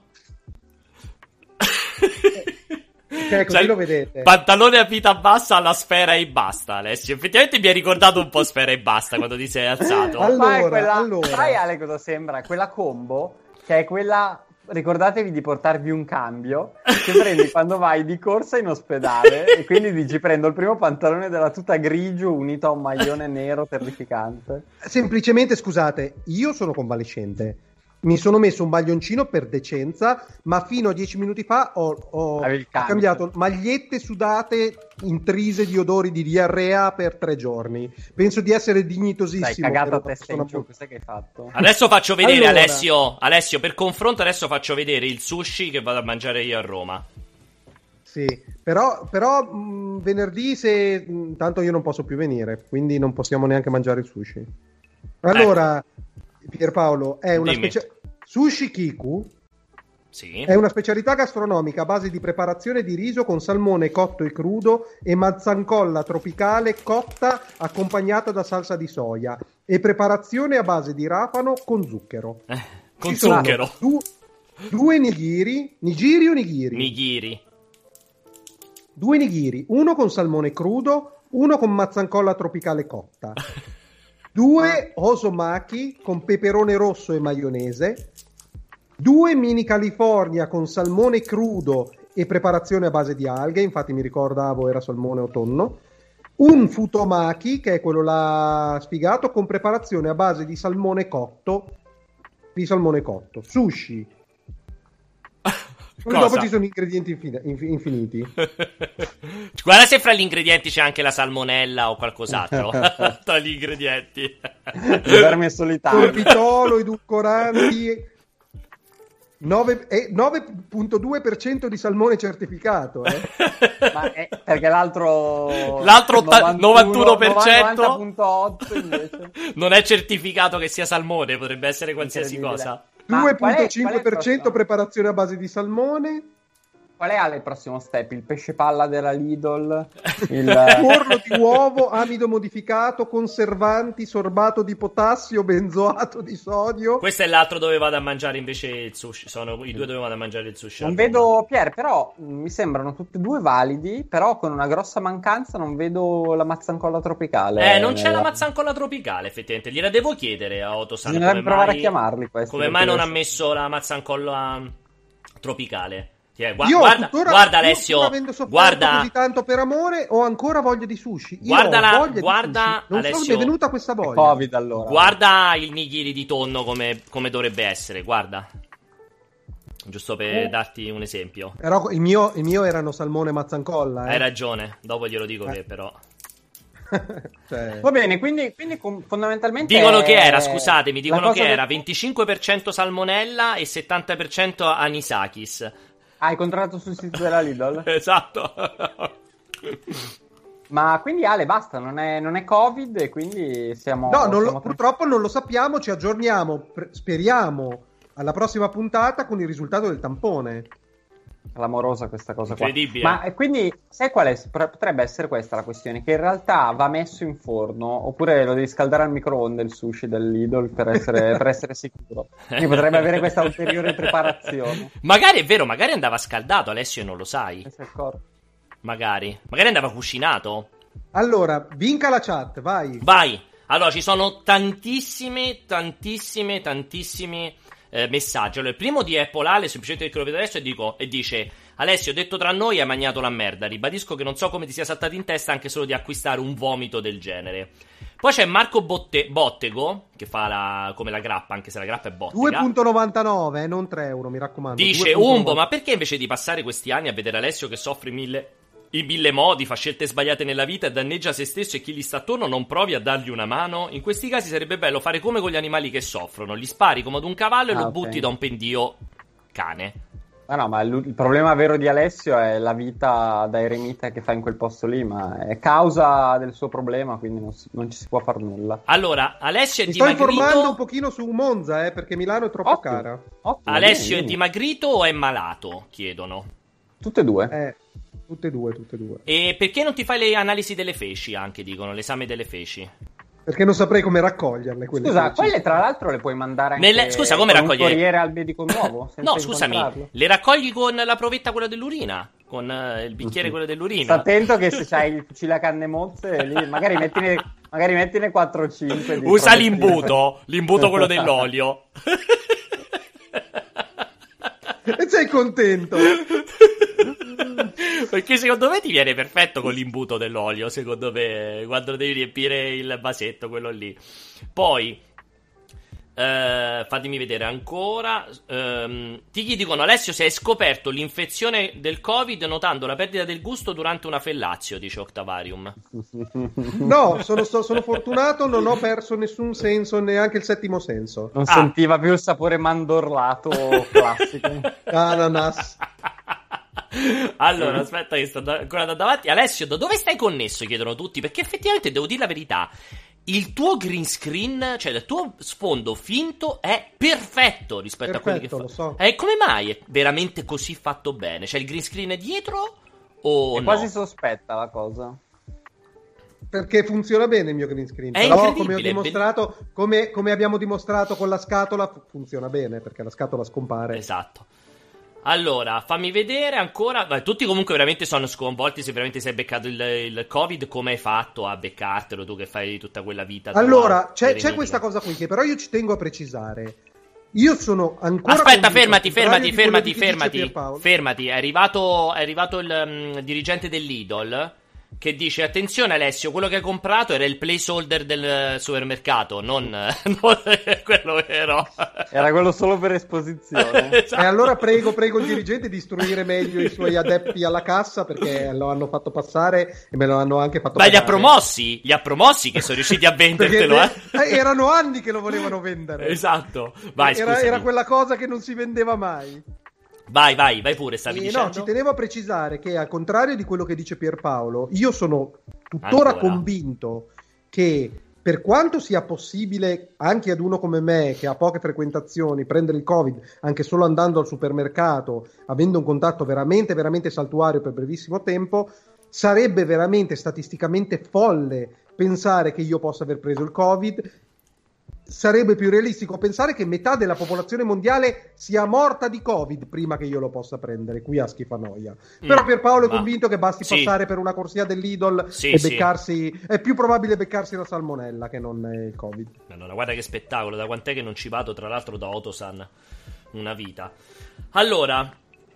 [SPEAKER 3] Così lo vedete.
[SPEAKER 2] Pantalone a vita bassa alla sfera e basta, Alessio. Effettivamente mi hai ricordato un po' sfera e basta quando ti sei alzato.
[SPEAKER 3] Allora.
[SPEAKER 1] Sai, Ale, cosa sembra? Quella combo, che è quella... Ricordatevi di portarvi un cambio che prendi quando vai di corsa in ospedale e quindi dici prendo il primo pantalone della tuta grigio unito a un maglione nero terrificante.
[SPEAKER 3] Semplicemente, scusate, io sono convalescente. Mi sono messo un maglioncino per decenza, ma fino a 10 minuti fa ho cambiato magliette sudate intrise di odori di diarrea per 3 giorni. Penso di essere dignitosissimo.
[SPEAKER 1] Hai cagato a testa in giù, cos'è che hai fatto?
[SPEAKER 2] Adesso faccio vedere, allora... Alessio, per confronto adesso faccio vedere il sushi che vado a mangiare io a Roma.
[SPEAKER 3] Sì, però venerdì tanto io non posso più venire, quindi non possiamo neanche mangiare il sushi. Allora... Pierpaolo, è una Sushi Kiku.
[SPEAKER 2] Sì.
[SPEAKER 3] È una specialità gastronomica a base di preparazione di riso con salmone cotto e crudo e mazzancolla tropicale cotta accompagnata da salsa di soia e preparazione a base di rapano con zucchero.
[SPEAKER 2] Con zucchero?
[SPEAKER 3] 2 nigiri. Nigiri o nigiri?
[SPEAKER 2] Nigiri.
[SPEAKER 3] 2 nigiri, uno con salmone crudo, uno con mazzancolla tropicale cotta. 2 osomaki con peperone rosso e maionese, 2 mini California con salmone crudo e preparazione a base di alghe, infatti mi ricordavo era salmone o tonno, un futomaki, che è quello là sfigato, con preparazione a base di salmone cotto, sushi. Dopo ci sono ingredienti infiniti.
[SPEAKER 2] Guarda se fra gli ingredienti c'è anche la salmonella o qualcos'altro. Tra gli ingredienti.
[SPEAKER 1] Il verme solitario.
[SPEAKER 3] Sorbitolo, edulcoranti, 9,2% di salmone certificato,
[SPEAKER 1] Ma perché l'altro
[SPEAKER 2] 91%,
[SPEAKER 1] 90.8 invece
[SPEAKER 2] non è certificato che sia salmone, potrebbe essere qualsiasi cosa.
[SPEAKER 3] 2,5% preparazione a base di salmone.
[SPEAKER 1] Qual è il prossimo step? Il pesce palla della Lidl?
[SPEAKER 3] Forno di uovo, amido modificato, conservanti, sorbato di potassio, benzoato di sodio.
[SPEAKER 2] Questo è l'altro dove vado a mangiare invece il sushi. Sono i due dove vado a mangiare il sushi.
[SPEAKER 1] Non vedo, Pier, però mi sembrano tutti e due validi, però con una grossa mancanza non vedo la mazzancolla tropicale.
[SPEAKER 2] Non c'è la mazzancolla tropicale, effettivamente. Gliela devo chiedere a Otosan.
[SPEAKER 1] Bisognerebbe provare a chiamarli questi.
[SPEAKER 2] Come mai non ha messo la mazzancolla tropicale?
[SPEAKER 3] Guarda
[SPEAKER 2] Alessio,
[SPEAKER 3] guarda così tanto per amore, ho ancora voglia di sushi.
[SPEAKER 2] Guarda
[SPEAKER 3] non
[SPEAKER 2] Alessio,
[SPEAKER 3] so se mi è venuta questa voglia.
[SPEAKER 1] Covid, allora.
[SPEAKER 2] Guarda il nigiri di tonno come dovrebbe essere, guarda. Giusto per darti un esempio.
[SPEAKER 3] Però il mio erano salmone mazzancolla.
[SPEAKER 2] Hai ragione, dopo glielo dico che però.
[SPEAKER 3] Cioè...
[SPEAKER 1] Va bene, quindi fondamentalmente
[SPEAKER 2] dicono che era, scusatemi, dicono che era 25% salmonella e 70% anisakis.
[SPEAKER 1] Hai controllato sul sito della Lidl?
[SPEAKER 2] Esatto.
[SPEAKER 1] Ma quindi Ale, basta, non è Covid e quindi siamo...
[SPEAKER 3] No, purtroppo non lo sappiamo, ci aggiorniamo, speriamo, alla prossima puntata con il risultato del tampone.
[SPEAKER 1] Clamorosa questa cosa qua.
[SPEAKER 2] Incredibile.
[SPEAKER 1] Ma quindi, sai qual è? Potrebbe essere questa la questione, che in realtà va messo in forno, oppure lo devi scaldare al microonde il sushi del Lidl per essere sicuro. Quindi potrebbe avere questa ulteriore preparazione.
[SPEAKER 2] Magari è vero, magari andava scaldato, Alessio, non lo sai. Magari andava cucinato.
[SPEAKER 3] Allora, vinca la chat, vai.
[SPEAKER 2] Allora, ci sono tantissimi messaggi. Allora, il primo di Apple Ale, semplicemente perché lo vedo adesso, e dice: Alessio, detto tra noi, hai mangiato la merda. Ribadisco che non so come ti sia saltato in testa anche solo di acquistare un vomito del genere. Poi c'è Marco Bottego, che fa come la grappa, anche se la grappa è bottega.
[SPEAKER 3] 2,99, non 3 euro, mi raccomando.
[SPEAKER 2] Dice: Umbo, ma perché invece di passare questi anni a vedere Alessio che soffre in mille modi, fa scelte sbagliate nella vita e danneggia se stesso e chi gli sta attorno, non provi a dargli una mano? In questi casi sarebbe bello fare come con gli animali che soffrono: li spari come ad un cavallo e lo butti da un pendio cane.
[SPEAKER 1] Ma il problema vero di Alessio è la vita da eremita che fa in quel posto lì, ma è causa del suo problema, quindi non ci si può far nulla.
[SPEAKER 2] Allora, Alessio è
[SPEAKER 3] Mi
[SPEAKER 2] dimagrito.
[SPEAKER 3] sto informando un pochino su Monza, perché Milano è troppo cara.
[SPEAKER 2] Alessio è dimagrito o è malato? Chiedono.
[SPEAKER 1] Tutte e due.
[SPEAKER 3] Tutte e due.
[SPEAKER 2] E perché non ti fai le analisi delle feci anche, dicono, l'esame delle feci?
[SPEAKER 3] Perché non saprei come raccoglierle.
[SPEAKER 1] Scusa, quelle tra l'altro le puoi mandare anche
[SPEAKER 2] Scusa, come
[SPEAKER 1] con
[SPEAKER 2] raccogliere?
[SPEAKER 1] un corriere al medico nuovo?
[SPEAKER 2] No, scusami, le raccogli con la provetta, quella dell'urina? Con il bicchiere, quello dell'urina?
[SPEAKER 1] Sta attento che se c'hai il fucile a canne mozze, lì magari mettine 4 o 5.
[SPEAKER 2] Usa l'imbuto quello dell'olio.
[SPEAKER 3] E sei contento?
[SPEAKER 2] Perché secondo me ti viene perfetto con l'imbuto dell'olio, secondo me, quando devi riempire il vasetto, quello lì. Poi fatemi vedere ancora. Ti dicono: Alessio, se hai scoperto l'infezione del Covid notando la perdita del gusto durante una fellazio, dice Octavarium.
[SPEAKER 3] No, sono fortunato, non ho perso nessun senso, neanche il settimo senso.
[SPEAKER 1] Non sentiva più il sapore mandorlato classico.
[SPEAKER 3] Ananas.
[SPEAKER 2] Allora, aspetta che sto ancora andando avanti. Alessio, da dove stai connesso? Chiedono tutti, perché effettivamente devo dire la verità. Il tuo green screen, cioè il tuo sfondo finto, è perfetto rispetto a quelli che fa.
[SPEAKER 3] Lo so.
[SPEAKER 2] Come mai è veramente così fatto bene? C'è il green screen dietro o
[SPEAKER 1] è quasi sospetta la cosa.
[SPEAKER 3] Perché funziona bene il mio green screen.
[SPEAKER 2] È
[SPEAKER 3] però come ho dimostrato, come abbiamo dimostrato con la scatola, funziona bene perché la scatola scompare.
[SPEAKER 2] Esatto. Allora, fammi vedere ancora. Tutti comunque veramente sono sconvolti se veramente sei beccato il Covid. Come hai fatto a beccartelo tu che fai tutta quella vita?
[SPEAKER 3] Allora, c'è questa cosa qui che però io ci tengo a precisare. Io sono ancora...
[SPEAKER 2] Aspetta, fermati. È arrivato il dirigente del Lidl che dice: attenzione Alessio, quello che hai comprato era il placeholder del supermercato, non quello vero.
[SPEAKER 1] Era quello solo per esposizione.
[SPEAKER 3] Esatto. E allora prego il dirigente di istruire meglio i suoi adepti alla cassa, perché lo hanno fatto passare e me lo hanno anche fatto pagare.
[SPEAKER 2] Ma li ha promossi che sono riusciti a vendertelo.
[SPEAKER 3] Erano anni che lo volevano vendere.
[SPEAKER 2] Esatto. Vai,
[SPEAKER 3] era quella cosa che non si vendeva mai.
[SPEAKER 2] Vai pure, stavi dicendo?
[SPEAKER 3] No, ci tenevo a precisare che al contrario di quello che dice Pierpaolo, io sono tuttora convinto che per quanto sia possibile anche ad uno come me che ha poche frequentazioni prendere il Covid anche solo andando al supermercato, avendo un contatto veramente veramente saltuario per brevissimo tempo, sarebbe veramente statisticamente folle pensare che io possa aver preso il Covid. Sarebbe più realistico pensare che metà della popolazione mondiale sia morta di Covid prima che io lo possa prendere, qui a schifanoia. Però Pierpaolo è convinto che basti passare per una corsia dell'Idol e beccarsi. È più probabile beccarsi la salmonella che non il Covid.
[SPEAKER 2] Allora, guarda che spettacolo, da quant'è che non ci vado, tra l'altro da Otosan una vita. Allora,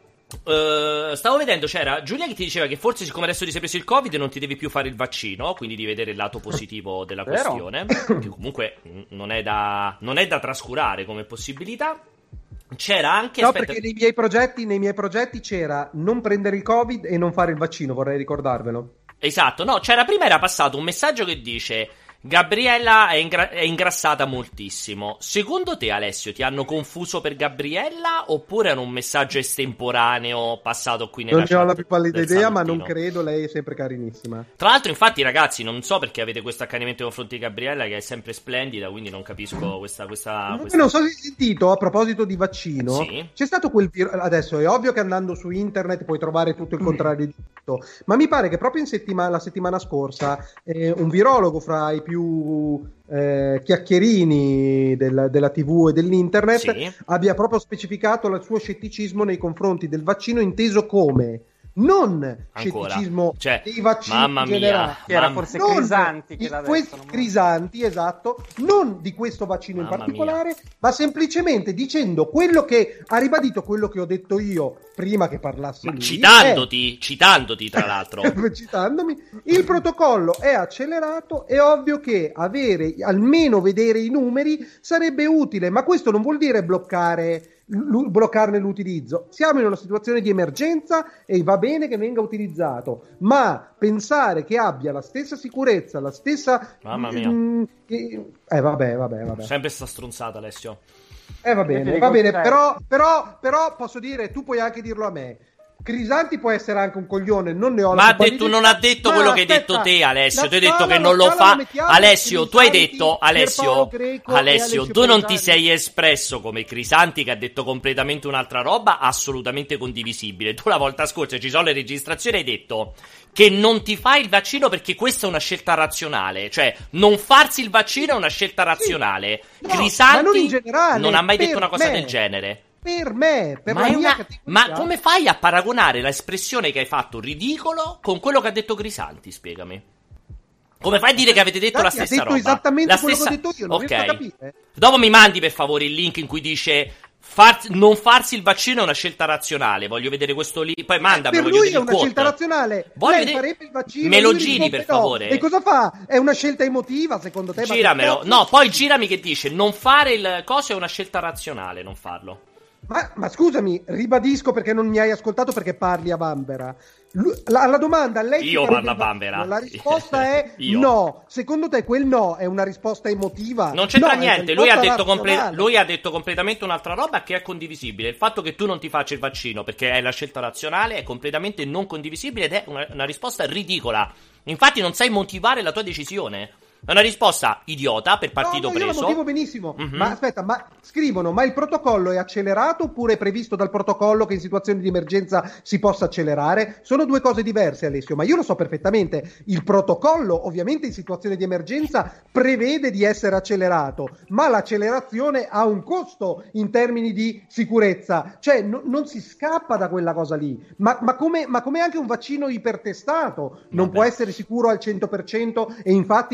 [SPEAKER 2] stavo vedendo, c'era Giulia che ti diceva che forse siccome adesso ti sei preso il Covid non ti devi più fare il vaccino, quindi di vedere il lato positivo della questione, che comunque non è da trascurare come possibilità. C'era anche
[SPEAKER 3] perché nei miei progetti c'era non prendere il Covid e non fare il vaccino, vorrei ricordarvelo.
[SPEAKER 2] Esatto, no, prima era passato un messaggio che dice: Gabriella è ingrassata moltissimo. Secondo te, Alessio, ti hanno confuso per Gabriella oppure era un messaggio estemporaneo passato qui nella chat?
[SPEAKER 3] Non ne ho la più pallida idea, ma non credo, lei è sempre carinissima.
[SPEAKER 2] Tra l'altro, infatti, ragazzi, non so perché avete questo accanimento nei confronti di Gabriella, che è sempre splendida, quindi non capisco questa...
[SPEAKER 3] Non so se hai sentito, a proposito di vaccino, c'è stato quel adesso è ovvio che andando su internet puoi trovare tutto il contrario di tutto, ma mi pare che proprio la settimana scorsa un virologo fra i più chiacchierini della TV e dell'internet abbia proprio specificato il suo scetticismo nei confronti del vaccino, inteso come non scetticismo dei vaccini in generale,
[SPEAKER 1] che era forse Crisanti che l'ha detto,
[SPEAKER 3] Crisanti, esatto, non di questo vaccino in particolare, ma semplicemente dicendo quello che ha ribadito, quello che ho detto io prima che parlasse lui,
[SPEAKER 2] citandoti tra l'altro.
[SPEAKER 3] Citandomi, il protocollo è accelerato, è ovvio che almeno vedere i numeri sarebbe utile, ma questo non vuol dire bloccarne l'utilizzo. Siamo in una situazione di emergenza e va bene che venga utilizzato, ma pensare che abbia la stessa sicurezza, la stessa...
[SPEAKER 2] Mamma mia.
[SPEAKER 3] Vabbè.
[SPEAKER 2] Sempre sta stronzata, Alessio.
[SPEAKER 3] Va bene, però posso dire, tu puoi anche dirlo a me. Crisanti può essere anche un coglione, non ne ho la
[SPEAKER 2] non ha detto quello che hai detto te, Alessio. Tu hai detto che non lo fa. Alessio, tu hai detto, Alessio, tu non ti sei espresso come Crisanti che ha detto completamente un'altra roba, assolutamente condivisibile. Tu la volta scorsa, ci sono le registrazioni, hai detto che non ti fai il vaccino perché questa è una scelta razionale, cioè non farsi il vaccino è una scelta razionale. Crisanti non ha mai detto una cosa del genere.
[SPEAKER 3] Per me,
[SPEAKER 2] ma come fai a paragonare l'espressione che hai fatto ridicolo con quello che ha detto Crisanti? Spiegami. Come fai a dire che avete detto la stessa roba?
[SPEAKER 3] Ha detto esattamente quello che ho detto io, non riesco a capire.
[SPEAKER 2] Dopo mi mandi per favore il link in cui dice non farsi il vaccino è una scelta razionale. Voglio vedere questo lì. Poi mandamelo.
[SPEAKER 3] Per lui è una scelta razionale. Lei farebbe il vaccino.
[SPEAKER 2] Me lo giri per favore.
[SPEAKER 3] E cosa fa? È una scelta emotiva secondo te?
[SPEAKER 2] Giramelo. No, poi girami che dice non fare il coso è una scelta razionale, non farlo.
[SPEAKER 3] Ma scusami, ribadisco perché non mi hai ascoltato, perché parli a Bambera. La domanda, lei
[SPEAKER 2] io parlo a Bambera.
[SPEAKER 3] La risposta è no. Secondo te quel no è una risposta emotiva?
[SPEAKER 2] Non c'entra niente. Lui ha detto completamente un'altra roba che è condivisibile. Il fatto che tu non ti faccia il vaccino perché è la scelta razionale è completamente non condivisibile ed è una risposta ridicola. Infatti non sai motivare la tua decisione. È una risposta idiota per partito preso.
[SPEAKER 3] Io la motivo benissimo. Ma aspetta, scrivono, ma il protocollo è accelerato oppure è previsto dal protocollo che in situazioni di emergenza si possa accelerare? Sono due cose diverse, Alessio, ma io lo so perfettamente. Il protocollo, ovviamente in situazioni di emergenza, prevede di essere accelerato, ma l'accelerazione ha un costo in termini di sicurezza. Cioè, non si scappa da quella cosa lì. Ma come anche un vaccino ipertestato non può essere sicuro al 100% e infatti c'è sempre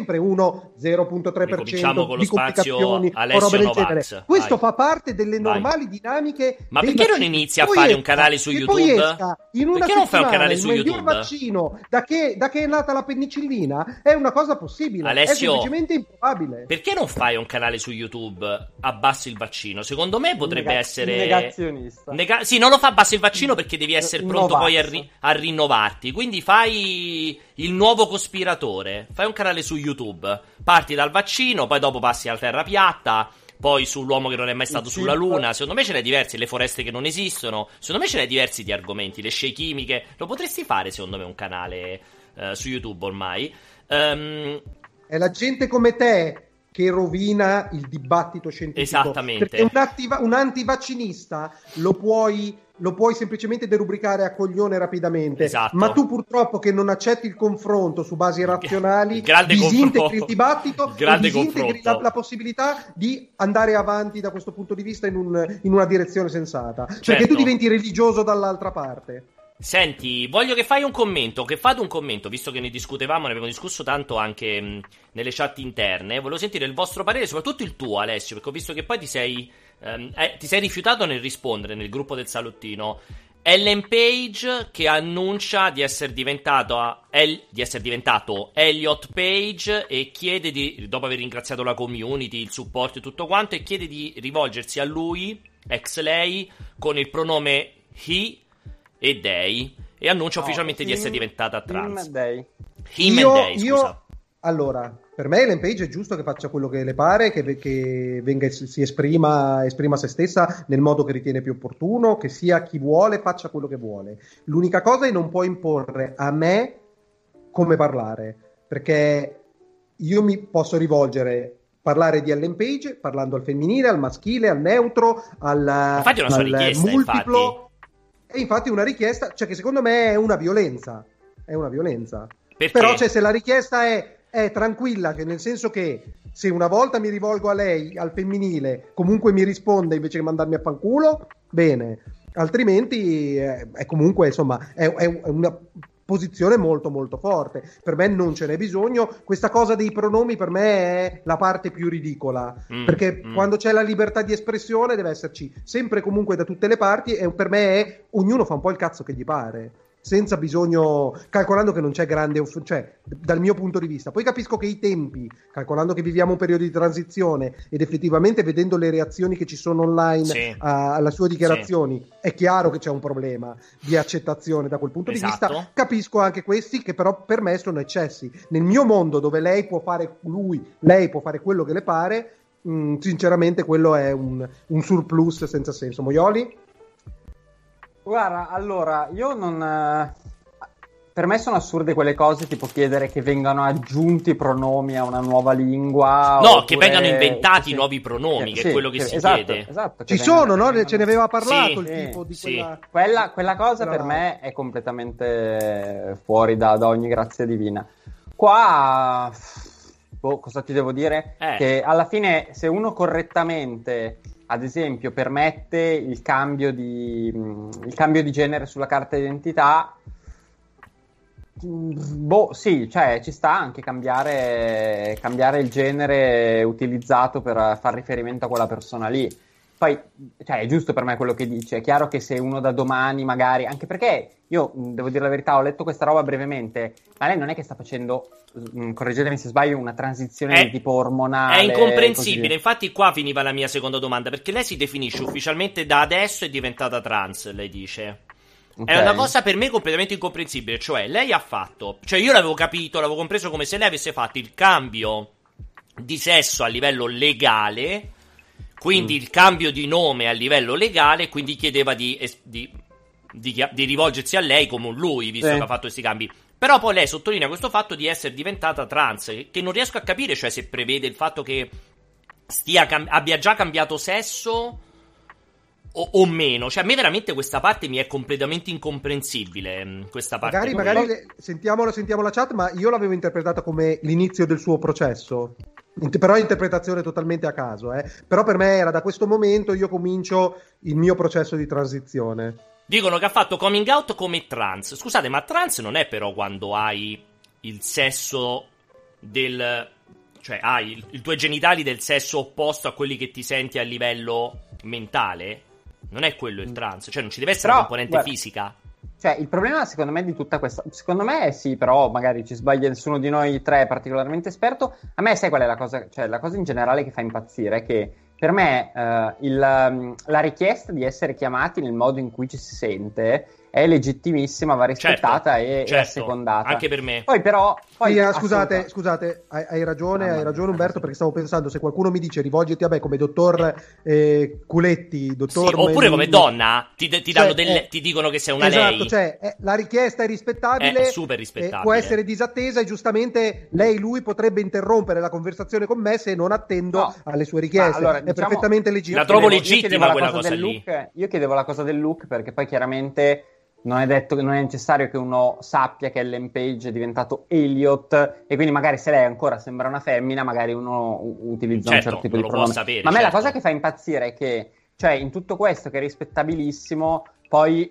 [SPEAKER 3] sempre uno 0.3%
[SPEAKER 2] con lo
[SPEAKER 3] di complicazioni o robe del genere. Questo fa parte delle normali dinamiche.
[SPEAKER 2] Ma perché non inizi a fare un canale su YouTube? Perché non fai un canale su YouTube?
[SPEAKER 3] Il vaccino, da che è nata la penicillina, è una cosa possibile.
[SPEAKER 2] Alessio,
[SPEAKER 3] è semplicemente improbabile.
[SPEAKER 2] Perché non fai un canale su YouTube? Abbassi il vaccino. Secondo me potrebbe essere
[SPEAKER 1] negazionista.
[SPEAKER 2] Sì, non lo fa abbassi il vaccino perché devi essere pronto poi a rinnovarti. Quindi fai il nuovo cospiratore. Fai un canale su YouTube. Parti dal vaccino, poi dopo passi alla terra piatta, poi sull'uomo che non è mai stato sulla Luna. Secondo me ce n'è diversi, le foreste che non esistono. Secondo me ce n'è diversi di argomenti, le scie chimiche. Lo potresti fare, secondo me, un canale su YouTube ormai.
[SPEAKER 3] È la gente come te che rovina il dibattito scientifico.
[SPEAKER 2] Esattamente.
[SPEAKER 3] Perché un antivaccinista lo puoi semplicemente derubricare a coglione rapidamente.
[SPEAKER 2] Esatto.
[SPEAKER 3] Ma tu purtroppo che non accetti il confronto su basi razionali, disintegri il dibattito e disintegri la possibilità di andare avanti da questo punto di vista in una direzione sensata.
[SPEAKER 2] Certo.
[SPEAKER 3] Perché tu diventi religioso dall'altra parte.
[SPEAKER 2] Senti, voglio che fate un commento, visto che ne discutevamo, ne abbiamo discusso tanto anche nelle chat interne. Volevo sentire il vostro parere, soprattutto il tuo, Alessio, perché ho visto che poi ti sei rifiutato nel rispondere nel gruppo del salottino. Ellen Page che annuncia di essere diventato Elliot Page e chiede dopo aver ringraziato la community, il supporto e tutto quanto, e chiede di rivolgersi a lui, ex lei, con il pronome he e they, e annuncia ufficialmente di essere diventata trans. Him and they, scusa.
[SPEAKER 3] Allora, per me Ellen Page è giusto che faccia quello che le pare, che venga si esprima se stessa nel modo che ritiene più opportuno, che sia chi vuole, faccia quello che vuole. L'unica cosa è che non può imporre a me come parlare, perché io mi posso parlare di Ellen Page parlando al femminile, al maschile, al neutro, al multiplo. E infatti una richiesta, cioè che secondo me è una violenza.
[SPEAKER 2] Perché?
[SPEAKER 3] Però se la richiesta è tranquilla, che nel senso che se una volta mi rivolgo a lei, al femminile, comunque mi risponde invece che mandarmi a fanculo, bene. Altrimenti è comunque, insomma, è una posizione molto molto forte. Per me non ce n'è bisogno. Questa cosa dei pronomi per me è la parte più ridicola, perché quando c'è la libertà di espressione deve esserci sempre comunque da tutte le parti, e per me ognuno fa un po' il cazzo che gli pare, senza bisogno, calcolando che non c'è grande, cioè dal mio punto di vista. Poi capisco che i tempi, calcolando che viviamo un periodo di transizione ed effettivamente vedendo le reazioni che ci sono online alle sue dichiarazioni, è chiaro che c'è un problema di accettazione da quel punto di vista. Capisco anche questi, che però per me sono eccessi. Nel mio mondo, dove lei può fare quello che le pare, sinceramente quello è un surplus senza senso. Moioli?
[SPEAKER 1] Guarda, allora, io non... Per me sono assurde quelle cose, tipo chiedere che vengano aggiunti pronomi a una nuova lingua.
[SPEAKER 2] No, che vengano inventati nuovi pronomi, che è quello che si chiede.
[SPEAKER 1] Esatto,
[SPEAKER 3] ci sono, no? Ce ne aveva parlato il tipo di
[SPEAKER 1] quella cosa per me è completamente fuori da ogni grazia divina. Qua, cosa ti devo dire? Che alla fine, se uno correttamente, ad esempio, permette il cambio di genere sulla carta d'identità, sì, cioè ci sta anche cambiare il genere utilizzato per far riferimento a quella persona lì. Poi, cioè, è giusto per me quello che dice. È chiaro che se uno da domani magari, anche perché io devo dire la verità, ho letto questa roba brevemente, ma lei non è che sta facendo, correggetemi se sbaglio, una transizione di tipo ormonale.
[SPEAKER 2] È incomprensibile. Infatti qua finiva la mia seconda domanda, perché lei si definisce ufficialmente da adesso è diventata trans, lei dice. Okay. È una cosa per me completamente incomprensibile. Cioè, lei ha fatto, cioè io l'avevo capito, l'avevo compreso come se lei avesse fatto il cambio di sesso a livello legale, quindi il cambio di nome a livello legale, quindi chiedeva di rivolgersi a lei come un lui, visto che ha fatto questi cambi. Però poi lei sottolinea questo fatto di essere diventata trans, che non riesco a capire, cioè se prevede il fatto che abbia già cambiato sesso o meno. Cioè a me veramente questa parte mi è completamente incomprensibile, questa parte.
[SPEAKER 3] Magari sentiamo la chat, ma io l'avevo interpretata come l'inizio del suo processo. Però interpretazione totalmente a caso, Però per me era da questo momento io comincio il mio processo di transizione.
[SPEAKER 2] Dicono che ha fatto coming out come trans. Scusate, ma trans non è però quando hai il sesso del cioè hai i tuoi genitali del sesso opposto a quelli che ti senti a livello mentale, non è quello il trans, cioè non ci deve essere una componente fisica.
[SPEAKER 1] Cioè, il problema secondo me di tutta questa, secondo me sì, però magari ci sbaglia nessuno di noi tre è particolarmente esperto. A me sai qual è la cosa, cioè la cosa in generale che fa impazzire è che per me la richiesta di essere chiamati nel modo in cui ci si sente è legittimissima, va rispettata e assecondata.
[SPEAKER 2] Anche per me.
[SPEAKER 1] Poi però...
[SPEAKER 3] Scusate, hai ragione Umberto, perché stavo pensando, se qualcuno mi dice rivolgiti a me come dottor Culetti, dottor...
[SPEAKER 2] Sì, oppure come donna, ti dicono che sei una lei.
[SPEAKER 3] Esatto, cioè la richiesta è rispettabile,
[SPEAKER 2] è super rispettabile.
[SPEAKER 3] Può essere disattesa e giustamente lui potrebbe interrompere la conversazione con me se non attendo alle sue richieste. Allora, è perfettamente legittimo.
[SPEAKER 2] La trovo legittima quella cosa lì.
[SPEAKER 1] Io chiedevo la cosa del look perché poi chiaramente... Non è detto che non è necessario che uno sappia che Ellen Page è diventato Elliot e quindi magari se lei ancora sembra una femmina magari uno utilizza un certo tipo di pronome. Ma a me la cosa che fa impazzire è che, cioè, in tutto questo che è rispettabilissimo, poi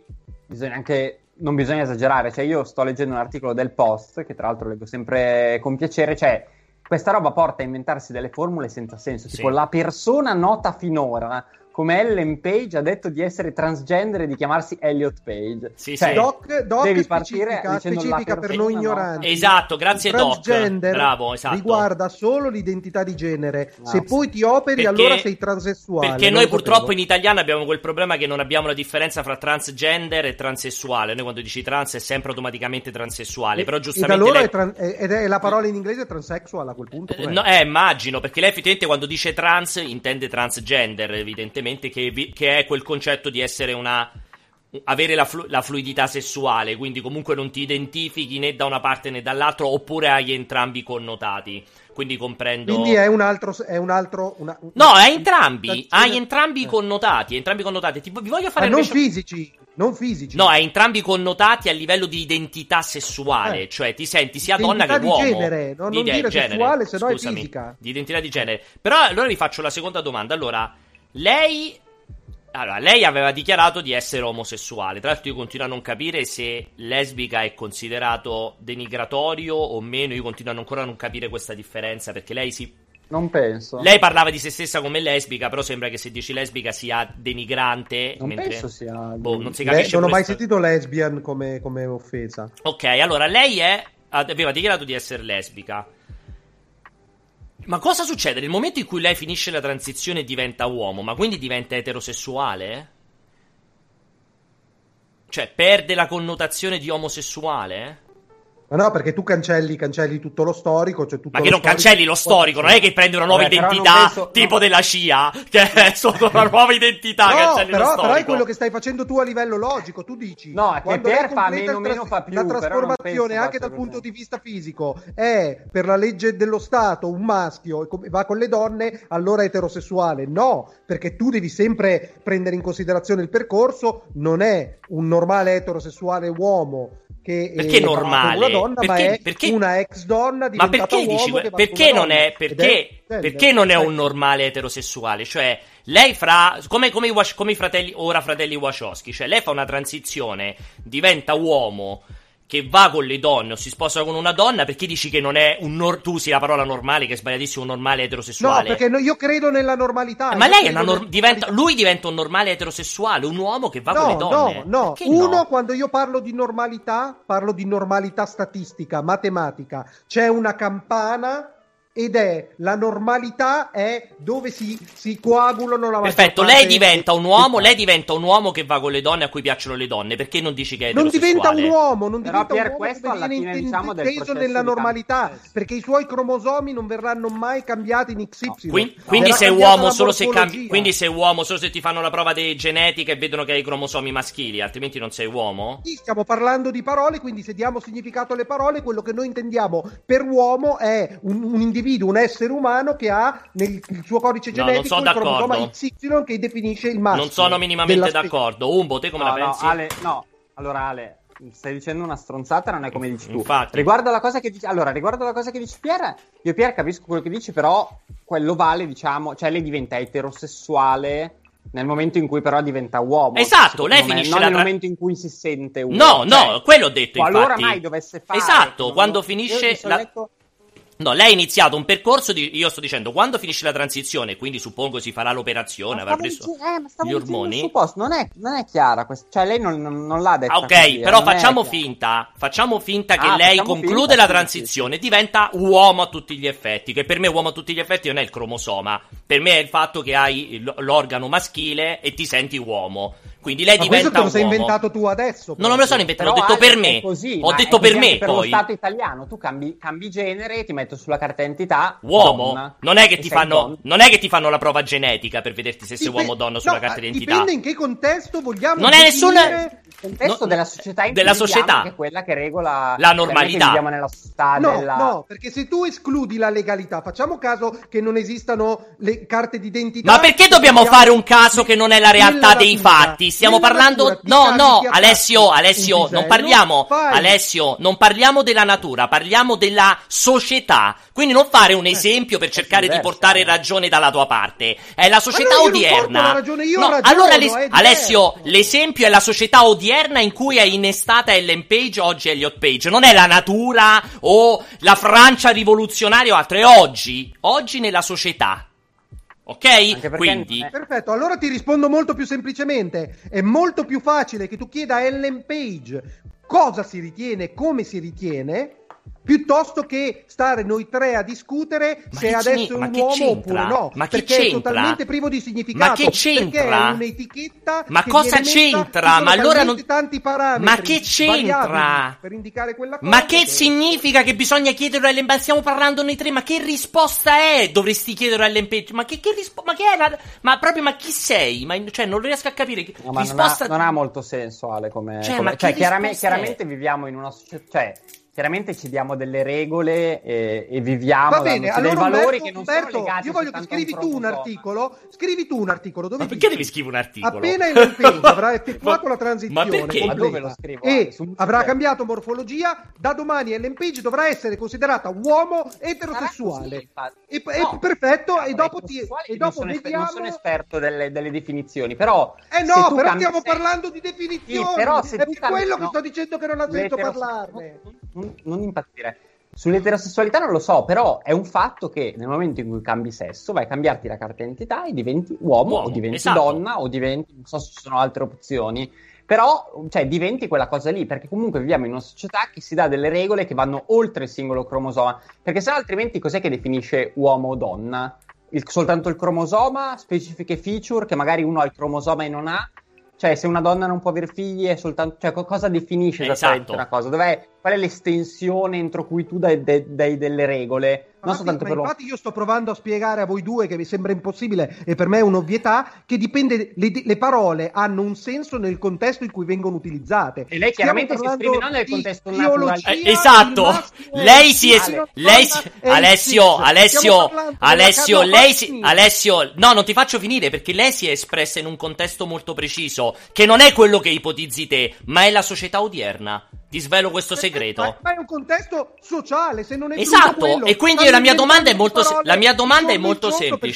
[SPEAKER 1] non bisogna esagerare. Cioè, io sto leggendo un articolo del Post, che tra l'altro leggo sempre con piacere, cioè questa roba porta a inventarsi delle formule senza senso, tipo la persona nota finora come Ellen Page ha detto di essere transgender e di chiamarsi Elliot Page.
[SPEAKER 3] Doc
[SPEAKER 1] devi
[SPEAKER 3] specifica per noi ignoranti.
[SPEAKER 2] Esatto, grazie
[SPEAKER 3] transgender
[SPEAKER 2] Doc. Bravo, esatto.
[SPEAKER 3] Riguarda solo l'identità di genere. Se poi ti operi allora sei transessuale.
[SPEAKER 2] Perché noi purtroppo in italiano abbiamo quel problema che non abbiamo la differenza fra transgender e transessuale. Noi quando dici trans è sempre automaticamente transessuale, però giustamente
[SPEAKER 3] e da loro è la parola in inglese transexual a quel punto.
[SPEAKER 2] Immagino, perché lei effettivamente quando dice trans intende transgender, evidentemente. Che è quel concetto di essere avere la fluidità sessuale, quindi comunque non ti identifichi né da una parte né dall'altra, oppure hai entrambi connotati. Quindi comprendo.
[SPEAKER 3] Quindi è un altro.
[SPEAKER 2] No, è entrambi. Hai entrambi connotati. Vi voglio fare
[SPEAKER 3] non fisici.
[SPEAKER 2] No, è entrambi connotati a livello di identità sessuale. Cioè ti senti sia donna che uomo.
[SPEAKER 3] Di genere, non dire sessuale, se no è fisica.
[SPEAKER 2] Di identità di genere. Però allora vi faccio la seconda domanda. Allora, lei aveva dichiarato di essere omosessuale. Tra l'altro io continuo a non capire se lesbica è considerato denigratorio o meno. Io continuo ancora a non capire questa differenza, perché lei
[SPEAKER 1] non penso.
[SPEAKER 2] Lei parlava di se stessa come lesbica, però sembra che se dici lesbica sia denigrante.
[SPEAKER 1] Non penso sia...
[SPEAKER 2] non si capisce.
[SPEAKER 3] Non ho mai sentito lesbian come offesa.
[SPEAKER 2] Ok, allora lei aveva dichiarato di essere lesbica. Ma cosa succede nel momento in cui lei finisce la transizione e diventa uomo? Ma quindi diventa eterosessuale? Cioè, perde la connotazione di omosessuale?
[SPEAKER 3] Ma no, perché tu cancelli tutto lo storico. Cioè tutto
[SPEAKER 2] ma che non cancelli lo storico, non è che prendi una nuova identità tipo della CIA, che è solo una nuova identità. Cancelli lo storico.
[SPEAKER 3] Però è quello che stai facendo tu a livello logico. Tu dici
[SPEAKER 1] no, che per fa meno fa più.
[SPEAKER 3] La trasformazione anche dal punto di vista fisico è per la legge dello Stato un maschio e va con le donne, allora è eterosessuale. No, perché tu devi sempre prendere in considerazione il percorso. Non è un normale eterosessuale uomo perché
[SPEAKER 2] normale?
[SPEAKER 3] Una donna, perché una ex donna diventata uomo.
[SPEAKER 2] Perché non è un normale eterosessuale? Cioè, lei come i fratelli Wachowski, cioè lei fa una transizione, diventa uomo che va con le donne o si sposa con una donna, perché dici che non è tu usi la parola normale, che è sbagliatissimo, un normale eterosessuale?
[SPEAKER 3] No, perché io credo nella normalità.
[SPEAKER 2] Ma lei lui diventa un normale eterosessuale, un uomo che va con le donne.
[SPEAKER 3] No. Quando io parlo di normalità statistica, matematica. C'è una campana ed è la normalità è dove si coagulano la maggior
[SPEAKER 2] Perfetto,
[SPEAKER 3] parte.
[SPEAKER 2] lei diventa un uomo che va con le donne, a cui piacciono le donne. Perché non dici che è eterosessuale?
[SPEAKER 3] Non diventa un uomo, non diventa
[SPEAKER 1] però
[SPEAKER 3] un uomo
[SPEAKER 1] questo alla fine, diciamo, del
[SPEAKER 3] inteso nella normalità, perché i suoi cromosomi non verranno mai cambiati in XY.
[SPEAKER 2] Quindi sei uomo solo se cambi, quindi sei uomo solo se ti fanno la prova di genetica e vedono che hai i cromosomi maschili, altrimenti non sei uomo?
[SPEAKER 3] Sì, stiamo parlando di parole, quindi se diamo significato alle parole, quello che noi intendiamo per uomo è un individuo, un essere umano che ha nel suo codice genetico il cromosoma XY che definisce il maschio.
[SPEAKER 2] Non sono minimamente d'accordo. Umbo, te come la pensi?
[SPEAKER 1] Ale, stai dicendo una stronzata, non è come dici tu.
[SPEAKER 2] Infatti.
[SPEAKER 1] Riguardo alla cosa che dici Pier, io Pier capisco quello che dici, però quello vale, diciamo, cioè lei diventa eterosessuale nel momento in cui però diventa uomo.
[SPEAKER 2] Esatto, lei finisce
[SPEAKER 1] nel momento in cui si sente uomo.
[SPEAKER 2] No, quello ho detto, infatti.
[SPEAKER 1] Qualora mai dovesse fare.
[SPEAKER 2] Esatto, quando finisce No, lei ha iniziato un percorso io sto dicendo, quando finisce la transizione, quindi suppongo si farà l'operazione, avrà preso gli ormoni.
[SPEAKER 1] Non è chiara, cioè lei non l'ha detta.
[SPEAKER 2] Ok,
[SPEAKER 1] così,
[SPEAKER 2] però facciamo finta che lei conclude la transizione, diventa uomo a tutti gli effetti, che per me uomo a tutti gli effetti non è il cromosoma, per me è il fatto che hai l'organo maschile e ti senti uomo. Quindi lei diventa
[SPEAKER 3] questo te lo sei inventato tu adesso.
[SPEAKER 2] Non me lo sono inventato, l'ho detto per me.
[SPEAKER 1] Così,
[SPEAKER 2] ho detto per me,
[SPEAKER 1] per
[SPEAKER 2] poi.
[SPEAKER 1] Lo Stato italiano, tu cambi genere, ti metto sulla carta d'identità
[SPEAKER 2] uomo.
[SPEAKER 1] Donna,
[SPEAKER 2] non è che ti fanno la prova genetica per vederti se sei uomo o donna sulla carta d'identità.
[SPEAKER 3] Dipende in che contesto vogliamo
[SPEAKER 2] non è nessun
[SPEAKER 1] contesto della società
[SPEAKER 2] che
[SPEAKER 1] è quella che regola
[SPEAKER 2] la normalità.
[SPEAKER 1] Che viviamo nella società
[SPEAKER 3] no, perché se tu escludi la legalità, facciamo caso che non esistano le carte d'identità.
[SPEAKER 2] Ma perché dobbiamo fare un caso che non è la realtà dei fatti? Stiamo parlando Alessio, non parliamo Alessio, non parliamo della natura, parliamo della società. Quindi non fare un esempio per cercare di portare ragione dalla tua parte. È la società odierna. Alessio, l'esempio è la società odierna in cui è innestata Ellen Page, oggi Elliot Page. Non è la natura o la Francia rivoluzionaria o altro, è oggi nella società. Ok? Quindi
[SPEAKER 3] perfetto, allora ti rispondo molto più semplicemente. È molto più facile che tu chieda a Ellen Page cosa si ritiene, come si ritiene, piuttosto che stare noi tre a discutere se adesso è un uomo oppure no.
[SPEAKER 2] Ma
[SPEAKER 3] perché
[SPEAKER 2] c'entra?
[SPEAKER 3] È totalmente privo di significato.
[SPEAKER 2] Ma che c'entra?
[SPEAKER 3] Perché è un'etichetta.
[SPEAKER 2] Ma cosa c'entra? Ma allora non.
[SPEAKER 3] Tanti parametri.
[SPEAKER 2] Ma che c'entra?
[SPEAKER 3] Per indicare quella cosa.
[SPEAKER 2] Ma che significa che bisogna chiederlo a Ellen Page? Stiamo parlando noi tre. Ma che risposta è? Dovresti chiederlo a Ellen Page. Ma che risposta? Ma che è la. Ma proprio, ma chi sei? Cioè, non riesco a capire.
[SPEAKER 1] No, ma risposta. Non ha molto senso, Ale. Chiaramente viviamo in una società. Cioè. Chiaramente ci diamo delle regole e viviamo dei valori che non sono legati.
[SPEAKER 3] Io voglio che scrivi tu un articolo dove
[SPEAKER 2] ma perché devi scrivere un articolo?
[SPEAKER 3] Appena Ellen Page avrà effettuato la transizione,
[SPEAKER 2] ma perché?
[SPEAKER 1] Dove lo scrivo?
[SPEAKER 3] E avrà cambiato morfologia, da domani Ellen Page dovrà essere considerata uomo eterosessuale. Perfetto, e dopo vediamo.
[SPEAKER 1] Non sono esperto delle definizioni, però
[SPEAKER 3] però stiamo parlando di definizioni.
[SPEAKER 1] Sì, però se
[SPEAKER 3] è per quello che sto dicendo che non ha senso parlarne.
[SPEAKER 1] Non impazzire. Sull'eterosessualità non lo so, però è un fatto che nel momento in cui cambi sesso vai a cambiarti la carta d'identità e diventi uomo o diventi donna o diventi, non so se ci sono altre opzioni, però cioè diventi quella cosa lì, perché comunque viviamo in una società che si dà delle regole che vanno oltre il singolo cromosoma, perché se no altrimenti cos'è che definisce uomo o donna? Soltanto il cromosoma, specifiche feature che magari uno ha il cromosoma e non ha? Cioè, se una donna non può avere figli è soltanto. Cioè, cosa definisce esattamente una cosa? Qual è l'estensione entro cui tu dai delle regole?
[SPEAKER 3] Infatti io sto provando a spiegare a voi due, che mi sembra impossibile e per me è un'ovvietà, che dipende, le parole hanno un senso nel contesto in cui vengono utilizzate.
[SPEAKER 1] E lei chiaramente si esprime non nel contesto naturale.
[SPEAKER 2] Esatto. Alessio, no, non ti faccio finire, perché lei si è espressa in un contesto molto preciso, che non è quello che ipotizzi te, ma è la società odierna. Ti svelo questo segreto.
[SPEAKER 3] Ma è un contesto sociale, se non è
[SPEAKER 2] esatto, e quindi la mia domanda è molto semplice. La mia domanda è molto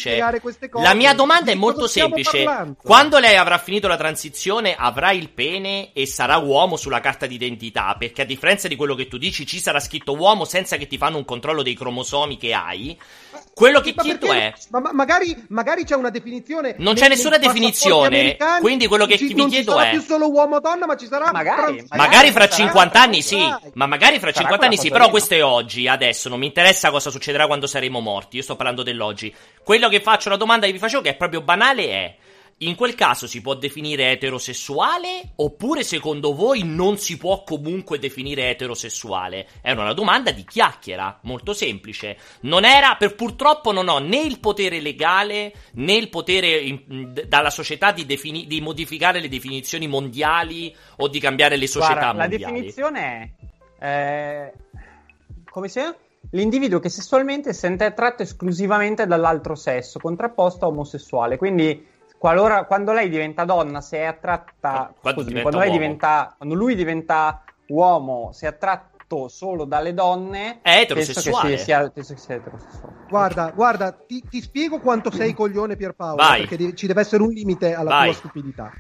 [SPEAKER 2] semplice. Quando lei avrà finito la transizione, avrà il pene e sarà uomo sulla carta d'identità, perché a differenza di quello che tu dici, ci sarà scritto uomo senza che ti fanno un controllo dei cromosomi che hai. Quello che chiedo è...
[SPEAKER 3] Ma magari c'è una definizione...
[SPEAKER 2] Non c'è nessuna definizione, quindi quello che vi chiedo è...
[SPEAKER 3] Non ci sarà più solo uomo o donna, ma ci sarà...
[SPEAKER 2] Magari fra 50 anni sì, ma magari fra 50 anni sì, però questo è oggi, adesso, non mi interessa cosa succederà quando saremo morti, io sto parlando dell'oggi. Quello che faccio, la domanda che vi facevo, che è proprio banale, è... In quel caso si può definire eterosessuale oppure secondo voi non si può comunque definire eterosessuale? È una domanda di chiacchiera, molto semplice. Purtroppo non ho né il potere legale né il potere dalla società di modificare le definizioni mondiali o di cambiare le società mondiali.
[SPEAKER 1] La definizione è... come sia? L'individuo che sessualmente si sente attratto esclusivamente dall'altro sesso, contrapposto a omosessuale, quindi... Quando lei diventa donna, se è attratta. Quando lui diventa uomo, se è attratto solo dalle donne,
[SPEAKER 2] è eterosessuale.
[SPEAKER 1] Penso che sia eterosessuale.
[SPEAKER 3] Guarda, ti spiego quanto sei coglione, Pierpaolo.
[SPEAKER 2] Vai.
[SPEAKER 3] Perché ci deve essere un limite alla tua stupidità.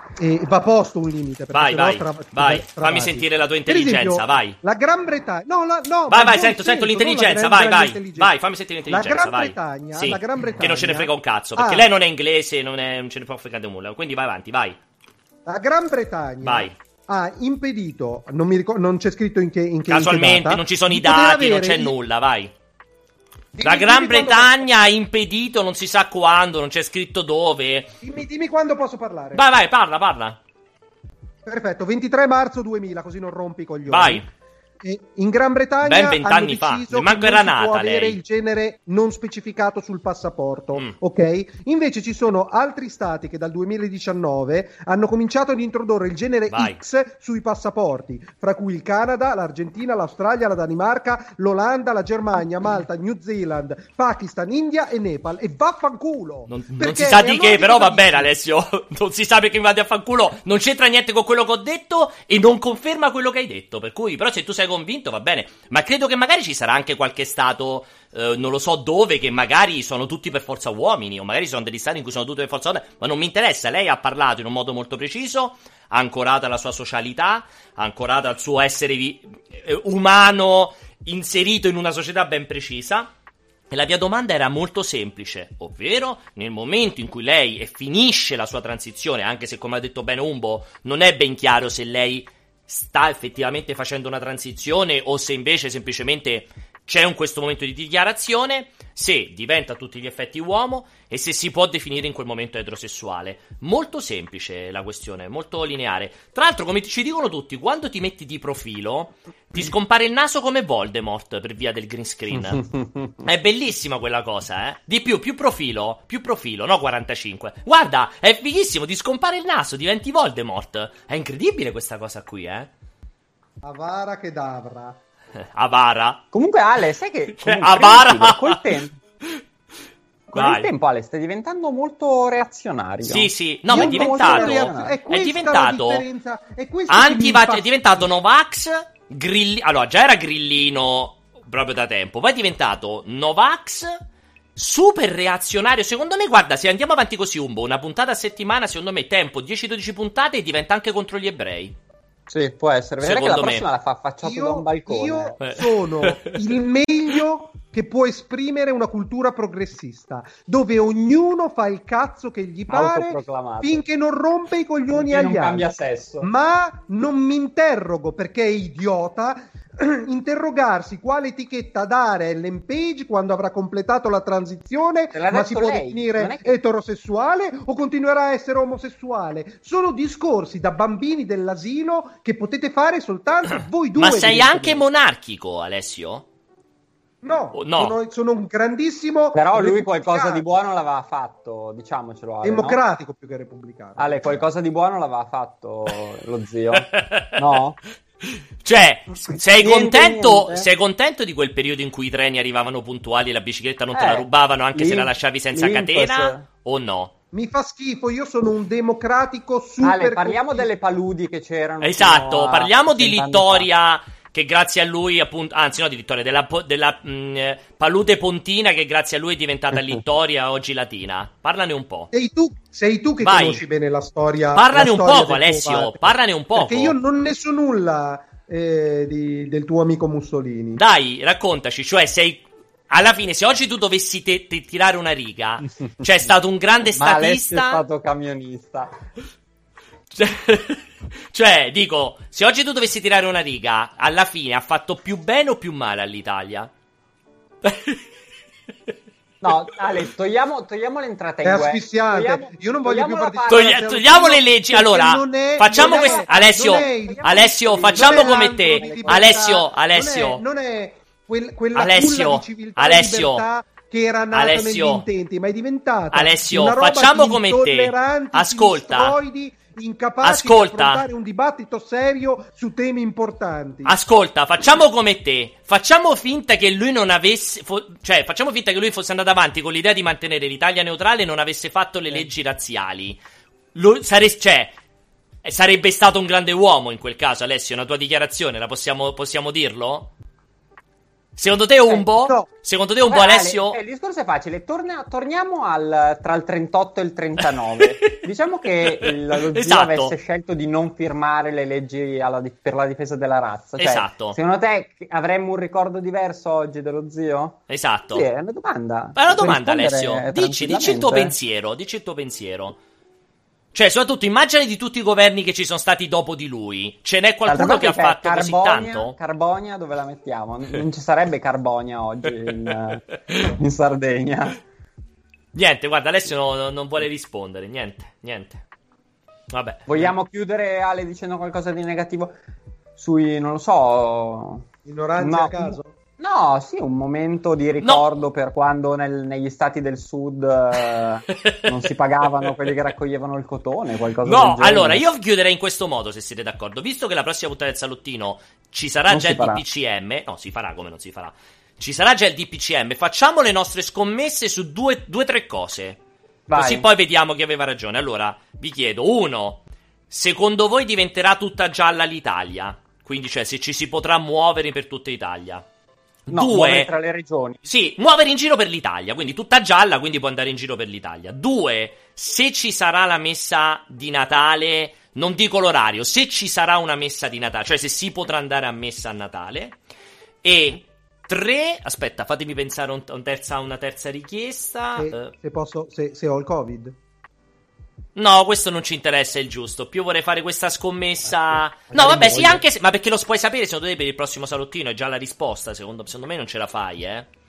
[SPEAKER 3] va posto un limite.
[SPEAKER 2] Vai, fammi sentire la tua intelligenza,
[SPEAKER 3] esempio,
[SPEAKER 2] vai.
[SPEAKER 3] La Gran Bretagna...
[SPEAKER 2] Vai, sento l'intelligenza, vai, fammi sentire l'intelligenza,
[SPEAKER 3] la Gran Bretagna,
[SPEAKER 2] che non ce ne frega un cazzo, perché lei non è inglese, non ce ne può fregare nulla, quindi vai avanti, vai.
[SPEAKER 3] La Gran Bretagna ha impedito, non c'è scritto in che
[SPEAKER 2] casualmente,
[SPEAKER 3] data,
[SPEAKER 2] non ci sono i dati, non c'è nulla, vai. La Gran Bretagna ha impedito, non si sa quando, non c'è scritto dove.
[SPEAKER 3] Dimmi quando posso parlare.
[SPEAKER 2] Vai, parla.
[SPEAKER 3] Perfetto, 23 marzo 2000, così non rompi i coglioni.
[SPEAKER 2] Vai.
[SPEAKER 3] In Gran Bretagna
[SPEAKER 2] ben 20 anni fa, manco era nata
[SPEAKER 3] può avere
[SPEAKER 2] lei.
[SPEAKER 3] Il genere non specificato sul passaporto, ok? Invece ci sono altri stati che dal 2019 hanno cominciato ad introdurre il genere X sui passaporti, fra cui il Canada, l'Argentina, l'Australia, la Danimarca, l'Olanda, la Germania, Malta, New Zealand, Pakistan, India e Nepal. E vaffanculo!
[SPEAKER 2] Non si sa di che, però va bene, Alessio. Non si sa perché mi vado a fanculo. Non c'entra niente con quello che ho detto e non conferma quello che hai detto. Per cui, però, se tu sei convinto va bene, ma credo che magari ci sarà anche qualche stato, non lo so dove, che magari sono tutti per forza uomini, o magari sono degli stati in cui sono tutti per forza donne, ma non mi interessa. Lei ha parlato in un modo molto preciso, ancorata alla sua socialità, ancorata al suo essere umano inserito in una società ben precisa. E la mia domanda era molto semplice, ovvero nel momento in cui lei finisce la sua transizione, anche se come ha detto bene Umbo non è ben chiaro se lei sta effettivamente facendo una transizione o se invece semplicemente c'è in questo momento di dichiarazione, se diventa a tutti gli effetti uomo e se si può definire in quel momento eterosessuale. Molto semplice la questione, molto lineare. Tra l'altro, come ci dicono tutti, quando ti metti di profilo ti scompare il naso come Voldemort per via del green screen. È bellissima quella cosa, Di più profilo, no 45. Guarda, è fighissimo, ti scompare il naso, diventi Voldemort. È incredibile questa cosa qui,
[SPEAKER 3] Avara che davra.
[SPEAKER 2] Avara.
[SPEAKER 1] Comunque Ale, sai che
[SPEAKER 2] Avara
[SPEAKER 1] col tempo il tempo Ale stai diventando molto reazionario.
[SPEAKER 2] Sì, no, ma è diventato è diventato Novax, allora già era grillino proprio da tempo, poi è diventato Novax, super reazionario. Secondo me, guarda, se andiamo avanti così una puntata a settimana, secondo me tempo 10-12 puntate e diventa anche contro gli ebrei.
[SPEAKER 1] Sì, può essere. Vedrai che la prossima la fa affacciato da un balcone.
[SPEAKER 3] Io sono il meglio che può esprimere una cultura progressista, dove ognuno fa il cazzo che gli pare finché non rompe i coglioni agli altri.
[SPEAKER 1] Non cambia sesso.
[SPEAKER 3] Ma non mi interrogo perché è idiota interrogarsi quale etichetta dare a Ellen Page quando avrà completato la transizione, ma si può definire eterosessuale o continuerà a essere omosessuale. Sono discorsi da bambini dell'asilo che potete fare soltanto voi due.
[SPEAKER 2] Ma sei anche monarchico, Alessio?
[SPEAKER 3] No. Sono un grandissimo.
[SPEAKER 1] Però lui qualcosa di buono l'aveva fatto, diciamocelo. Ale,
[SPEAKER 3] democratico,
[SPEAKER 1] no?
[SPEAKER 3] Più che repubblicano.
[SPEAKER 1] Ale, qualcosa di buono l'aveva fatto lo zio, no?
[SPEAKER 2] Cioè, sei contento di quel periodo in cui i treni arrivavano puntuali e la bicicletta non te la rubavano anche se la lasciavi senza catena? O no?
[SPEAKER 3] Mi fa schifo, io sono un democratico super.
[SPEAKER 1] Ale, parliamo delle paludi che c'erano.
[SPEAKER 2] Esatto, parliamo di Littoria, che grazie a lui, appunto, anzi no, di Littoria, della palude pontina che grazie a lui è diventata Littoria oggi latina. Parlane un po'.
[SPEAKER 3] Sei tu che conosci bene la storia.
[SPEAKER 2] Parlane un poco, Alessio, parlane un poco.
[SPEAKER 3] Perché io non ne so nulla del tuo amico Mussolini.
[SPEAKER 2] Dai, raccontaci, cioè alla fine, se oggi tu dovessi tirare una riga, c'è stato un grande statista.
[SPEAKER 1] Ma Alessio è stato camionista.
[SPEAKER 2] Cioè, dico, se oggi tu dovessi tirare una riga, alla fine ha fatto più bene o più male all'Italia?
[SPEAKER 1] No, Ale, togliamo l'entrata in
[SPEAKER 3] guerra. È asfissiante. Io non voglio più
[SPEAKER 2] partecipare. Togliamo le leggi. Allora, facciamo questo. Alessio, facciamo come te. Alessio.
[SPEAKER 3] Non è quella culla di civiltà e libertà che era nata negli intenti, ma è diventata una roba
[SPEAKER 2] facciamo
[SPEAKER 3] di
[SPEAKER 2] come te. Ascolta.
[SPEAKER 3] Incapaci di affrontare un dibattito serio su temi importanti.
[SPEAKER 2] Ascolta, facciamo come te. Facciamo finta che lui non avesse facciamo finta che lui fosse andato avanti con l'idea di mantenere l'Italia neutrale e non avesse fatto le leggi razziali. Sarebbe stato un grande uomo in quel caso, Alessio, una tua dichiarazione, la possiamo dirlo? Secondo te Umbo?
[SPEAKER 1] No.
[SPEAKER 2] Secondo te Umbo, Alessio?
[SPEAKER 1] Il discorso è facile. Torniamo tra il 38 e il 39. Diciamo che lo zio avesse scelto di non firmare le leggi per la difesa della razza. Cioè,
[SPEAKER 2] esatto.
[SPEAKER 1] Secondo te avremmo un ricordo diverso oggi dello zio?
[SPEAKER 2] Esatto.
[SPEAKER 1] Sì, è una domanda.
[SPEAKER 2] È una domanda, Alessio. Dici il tuo pensiero. Cioè, soprattutto, immagini di tutti i governi che ci sono stati dopo di lui. Ce n'è qualcuno che ha fatto così tanto?
[SPEAKER 1] Carbonia, dove la mettiamo? Non ci sarebbe Carbonia oggi in Sardegna.
[SPEAKER 2] Niente, guarda, Alessio non vuole rispondere. Niente. Vabbè.
[SPEAKER 1] Vogliamo chiudere, Ale, dicendo qualcosa di negativo sui, non lo so...
[SPEAKER 3] Ignoranza a caso?
[SPEAKER 1] No, sì, un momento di ricordo per quando negli stati del sud non si pagavano quelli che raccoglievano il cotone, qualcosa del genere.
[SPEAKER 2] Allora, io chiuderei in questo modo, se siete d'accordo. Visto che la prossima puntata del salottino ci sarà già il DPCM, no, si farà, come non si farà. Ci sarà già il DPCM, facciamo le nostre scommesse su due o tre cose. Vai. Così poi vediamo chi aveva ragione. Allora, vi chiedo, 1, secondo voi diventerà tutta gialla l'Italia? Quindi, cioè, se ci si potrà muovere per tutta Italia.
[SPEAKER 1] No,
[SPEAKER 2] 2,
[SPEAKER 1] muovere tra le regioni.
[SPEAKER 2] Sì, muovere in giro per l'Italia, quindi tutta gialla, quindi può andare in giro per l'Italia. 2, se ci sarà la messa di Natale, non dico l'orario, se ci sarà una messa di Natale, cioè se si potrà andare a messa a Natale. E 3, aspetta, fatemi pensare una terza richiesta.
[SPEAKER 3] Se ho il Covid.
[SPEAKER 2] No, questo non ci interessa, è il giusto. Più vorrei fare questa scommessa. No, vabbè, sì, anche se. Ma perché lo puoi sapere secondo te per il prossimo salottino? È già la risposta. Secondo me non ce la fai,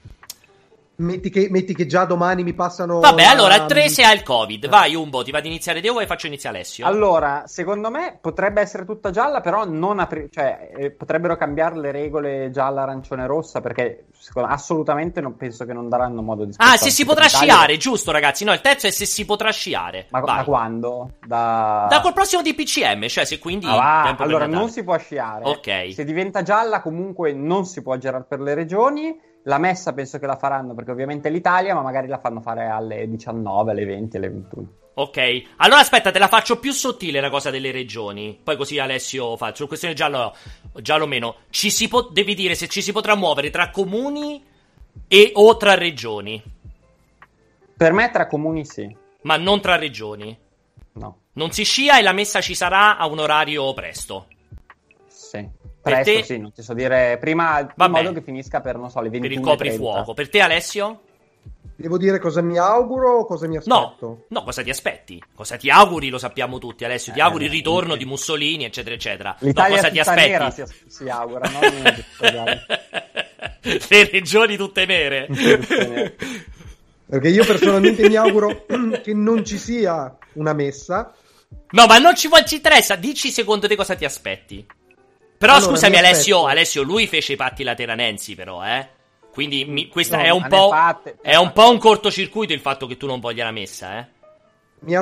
[SPEAKER 3] Metti che già domani mi passano.
[SPEAKER 2] Vabbè, allora 3 se hai il Covid. Vai, Umbo, ti va di iniziare te o faccio iniziare Alessio?
[SPEAKER 1] Allora, secondo me potrebbe essere tutta gialla, però non potrebbero cambiare le regole gialla, arancione, rossa, perché assolutamente non penso che non daranno modo di
[SPEAKER 2] spostarsi. Se si potrà sciare, giusto, ragazzi? No, il terzo è se si potrà sciare.
[SPEAKER 1] Ma da quando? Da
[SPEAKER 2] col prossimo DPCM, cioè se quindi
[SPEAKER 1] allora non si può sciare.
[SPEAKER 2] Ok.
[SPEAKER 1] Se diventa gialla comunque non si può girare per le regioni. La messa penso che la faranno perché ovviamente è l'Italia, ma magari la fanno fare alle 19, alle 20, alle 21.
[SPEAKER 2] Ok, allora aspetta, te la faccio più sottile la cosa delle regioni. Poi così Alessio faccio questione giallo o meno. Devi dire se ci si potrà muovere tra comuni o tra regioni.
[SPEAKER 1] Per me tra comuni sì.
[SPEAKER 2] Ma non tra regioni?
[SPEAKER 1] No.
[SPEAKER 2] Non si scia e la messa ci sarà a un orario presto?
[SPEAKER 1] Sì. Presto, sì, non ti so dire prima, in modo che finisca per, non so, le 21.
[SPEAKER 2] Per il coprifuoco. Per te, Alessio?
[SPEAKER 3] Devo dire cosa mi auguro o cosa mi aspetto?
[SPEAKER 2] No, cosa ti aspetti? Cosa ti auguri lo sappiamo tutti, Alessio. Ti auguri il ritorno di Mussolini, eccetera, eccetera.
[SPEAKER 1] L'Italia
[SPEAKER 2] cosa ti aspetti?
[SPEAKER 1] Nera si augura, no?
[SPEAKER 2] Le regioni tutte nere.
[SPEAKER 3] Perché io personalmente mi auguro che non ci sia una messa.
[SPEAKER 2] No, ma non ci interessa. Dici secondo te cosa ti aspetti. Però allora, scusami Alessio, lui fece i patti lateranensi però, Quindi questa è un po' un cortocircuito il fatto che tu non voglia la messa,
[SPEAKER 3] Mi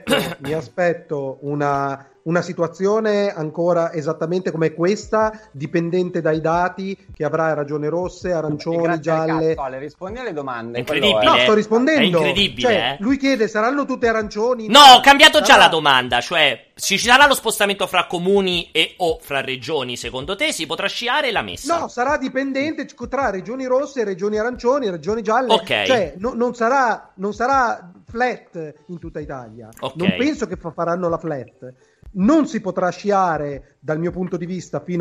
[SPEAKER 3] aspetto una situazione ancora esattamente come questa, dipendente dai dati, che avrà ragioni rosse, arancioni, gialle.
[SPEAKER 1] Ale, rispondi alle domande.
[SPEAKER 2] È incredibile.
[SPEAKER 3] No, sto rispondendo.
[SPEAKER 2] È incredibile,
[SPEAKER 3] cioè, lui chiede, saranno tutte arancioni?
[SPEAKER 2] No, ho cambiato già la domanda, cioè ci sarà lo spostamento fra comuni o fra regioni, secondo te? Si potrà sciare la messa?
[SPEAKER 3] No, sarà dipendente tra regioni rosse, regioni arancioni, regioni gialle.
[SPEAKER 2] Ok.
[SPEAKER 3] Cioè, non sarà flat in tutta Italia.
[SPEAKER 2] Okay.
[SPEAKER 3] Non penso che faranno la flat. Non si potrà sciare dal mio punto di vista fino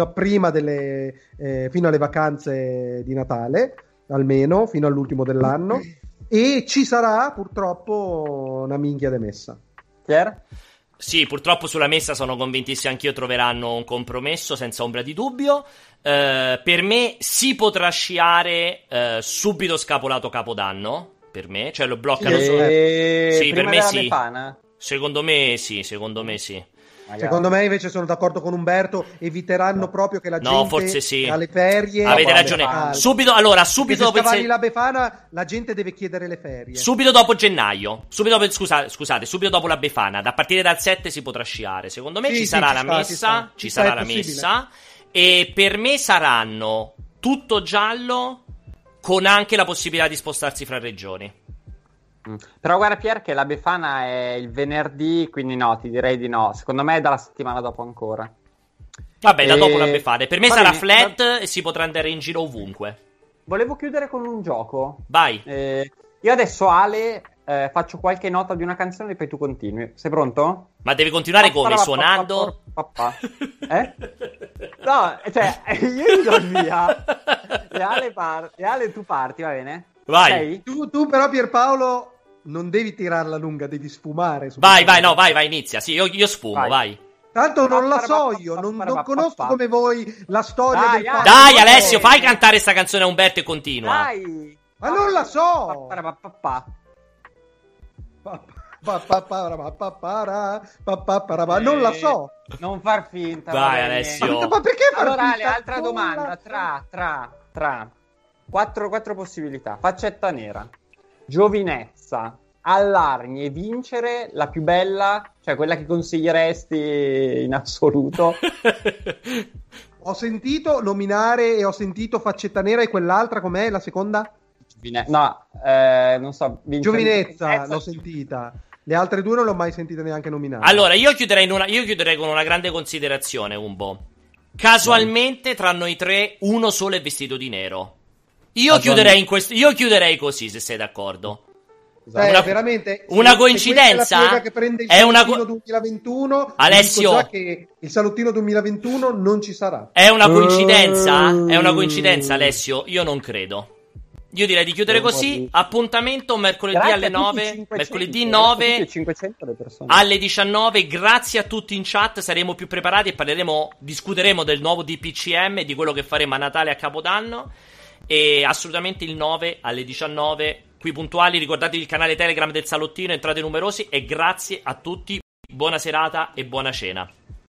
[SPEAKER 3] alle vacanze di Natale, almeno fino all'ultimo dell'anno, e ci sarà purtroppo una minchia di messa.
[SPEAKER 1] Pier?
[SPEAKER 2] Sì, purtroppo sulla messa sono convintissimo anch'io troveranno un compromesso senza ombra di dubbio. Per me si potrà sciare subito scapolato Capodanno, per me, cioè lo bloccano
[SPEAKER 1] sì,
[SPEAKER 2] per me sì.
[SPEAKER 1] Befana?
[SPEAKER 2] Secondo me sì.
[SPEAKER 3] Magari. Secondo me invece sono d'accordo con Umberto, eviteranno proprio che la gente
[SPEAKER 2] forse sì.
[SPEAKER 3] ha le ferie.
[SPEAKER 2] Avete ragione. Subito dopo
[SPEAKER 3] la Befana la gente deve chiedere le ferie.
[SPEAKER 2] Subito dopo gennaio. Subito dopo la Befana, da partire dal 7 si potrà sciare. Secondo me ci sarà la messa e per me saranno tutto giallo con anche la possibilità di spostarsi fra regioni.
[SPEAKER 1] Però guarda Pier che la Befana è il venerdì, quindi no, ti direi di no. Secondo me è dalla settimana dopo ancora.
[SPEAKER 2] Vabbè, da dopo la Befana. Per me sarà flat e si potrà andare in giro ovunque.
[SPEAKER 1] volevo chiudere con un gioco.
[SPEAKER 2] Vai.
[SPEAKER 1] Io adesso, Ale, faccio qualche nota di una canzone e poi tu continui. Sei pronto?
[SPEAKER 2] Ma devi continuare come? Suonando?
[SPEAKER 1] No, cioè, io do il via. E Ale tu parti, va bene?
[SPEAKER 2] Vai.
[SPEAKER 3] Tu però, Pierpaolo, non devi tirarla lunga, devi sfumare.
[SPEAKER 2] Vai, inizia. Sì, io sfumo, vai.
[SPEAKER 3] Tanto non la so io, non conosco come voi la storia del fatto.
[SPEAKER 2] Dai, Alessio, fai cantare sta canzone a Umberto e continua.
[SPEAKER 1] Dai.
[SPEAKER 3] Ma non la so. Non la so.
[SPEAKER 1] Non far finta.
[SPEAKER 2] Vai, Alessio.
[SPEAKER 3] Ma perché far
[SPEAKER 1] allora,
[SPEAKER 3] finta?
[SPEAKER 1] Ale, altra domanda. Tra quattro possibilità. Faccetta nera, giovinezza, allarmi e vincere, la più bella, cioè quella che consiglieresti in assoluto.
[SPEAKER 3] Ho sentito nominare e ho sentito faccetta nera, e quell'altra com'è la seconda?
[SPEAKER 1] Non so.
[SPEAKER 3] Giovinezza l'ho sentita. Le altre due non l'ho mai sentita neanche nominare.
[SPEAKER 2] Allora, io chiuderei con una grande considerazione, Umbo. Casualmente, tra noi tre, uno solo è vestito di nero. Io chiuderei così, se sei d'accordo.
[SPEAKER 3] Veramente
[SPEAKER 2] una coincidenza?
[SPEAKER 3] È una 2021.
[SPEAKER 2] Alessio,
[SPEAKER 3] già che il salottino 2021 non ci sarà.
[SPEAKER 2] È una coincidenza? È una coincidenza, Alessio? Io non credo. Io direi di chiudere così. Appuntamento mercoledì alle 9. Mercoledì 9 alle 19. Grazie a tutti in chat. Saremo più preparati e discuteremo del nuovo DPCM, di quello che faremo a Natale e a Capodanno. E assolutamente il 9 alle 19 qui puntuali. Ricordatevi il canale Telegram del Salottino, entrate numerosi. E grazie a tutti, buona serata e buona cena.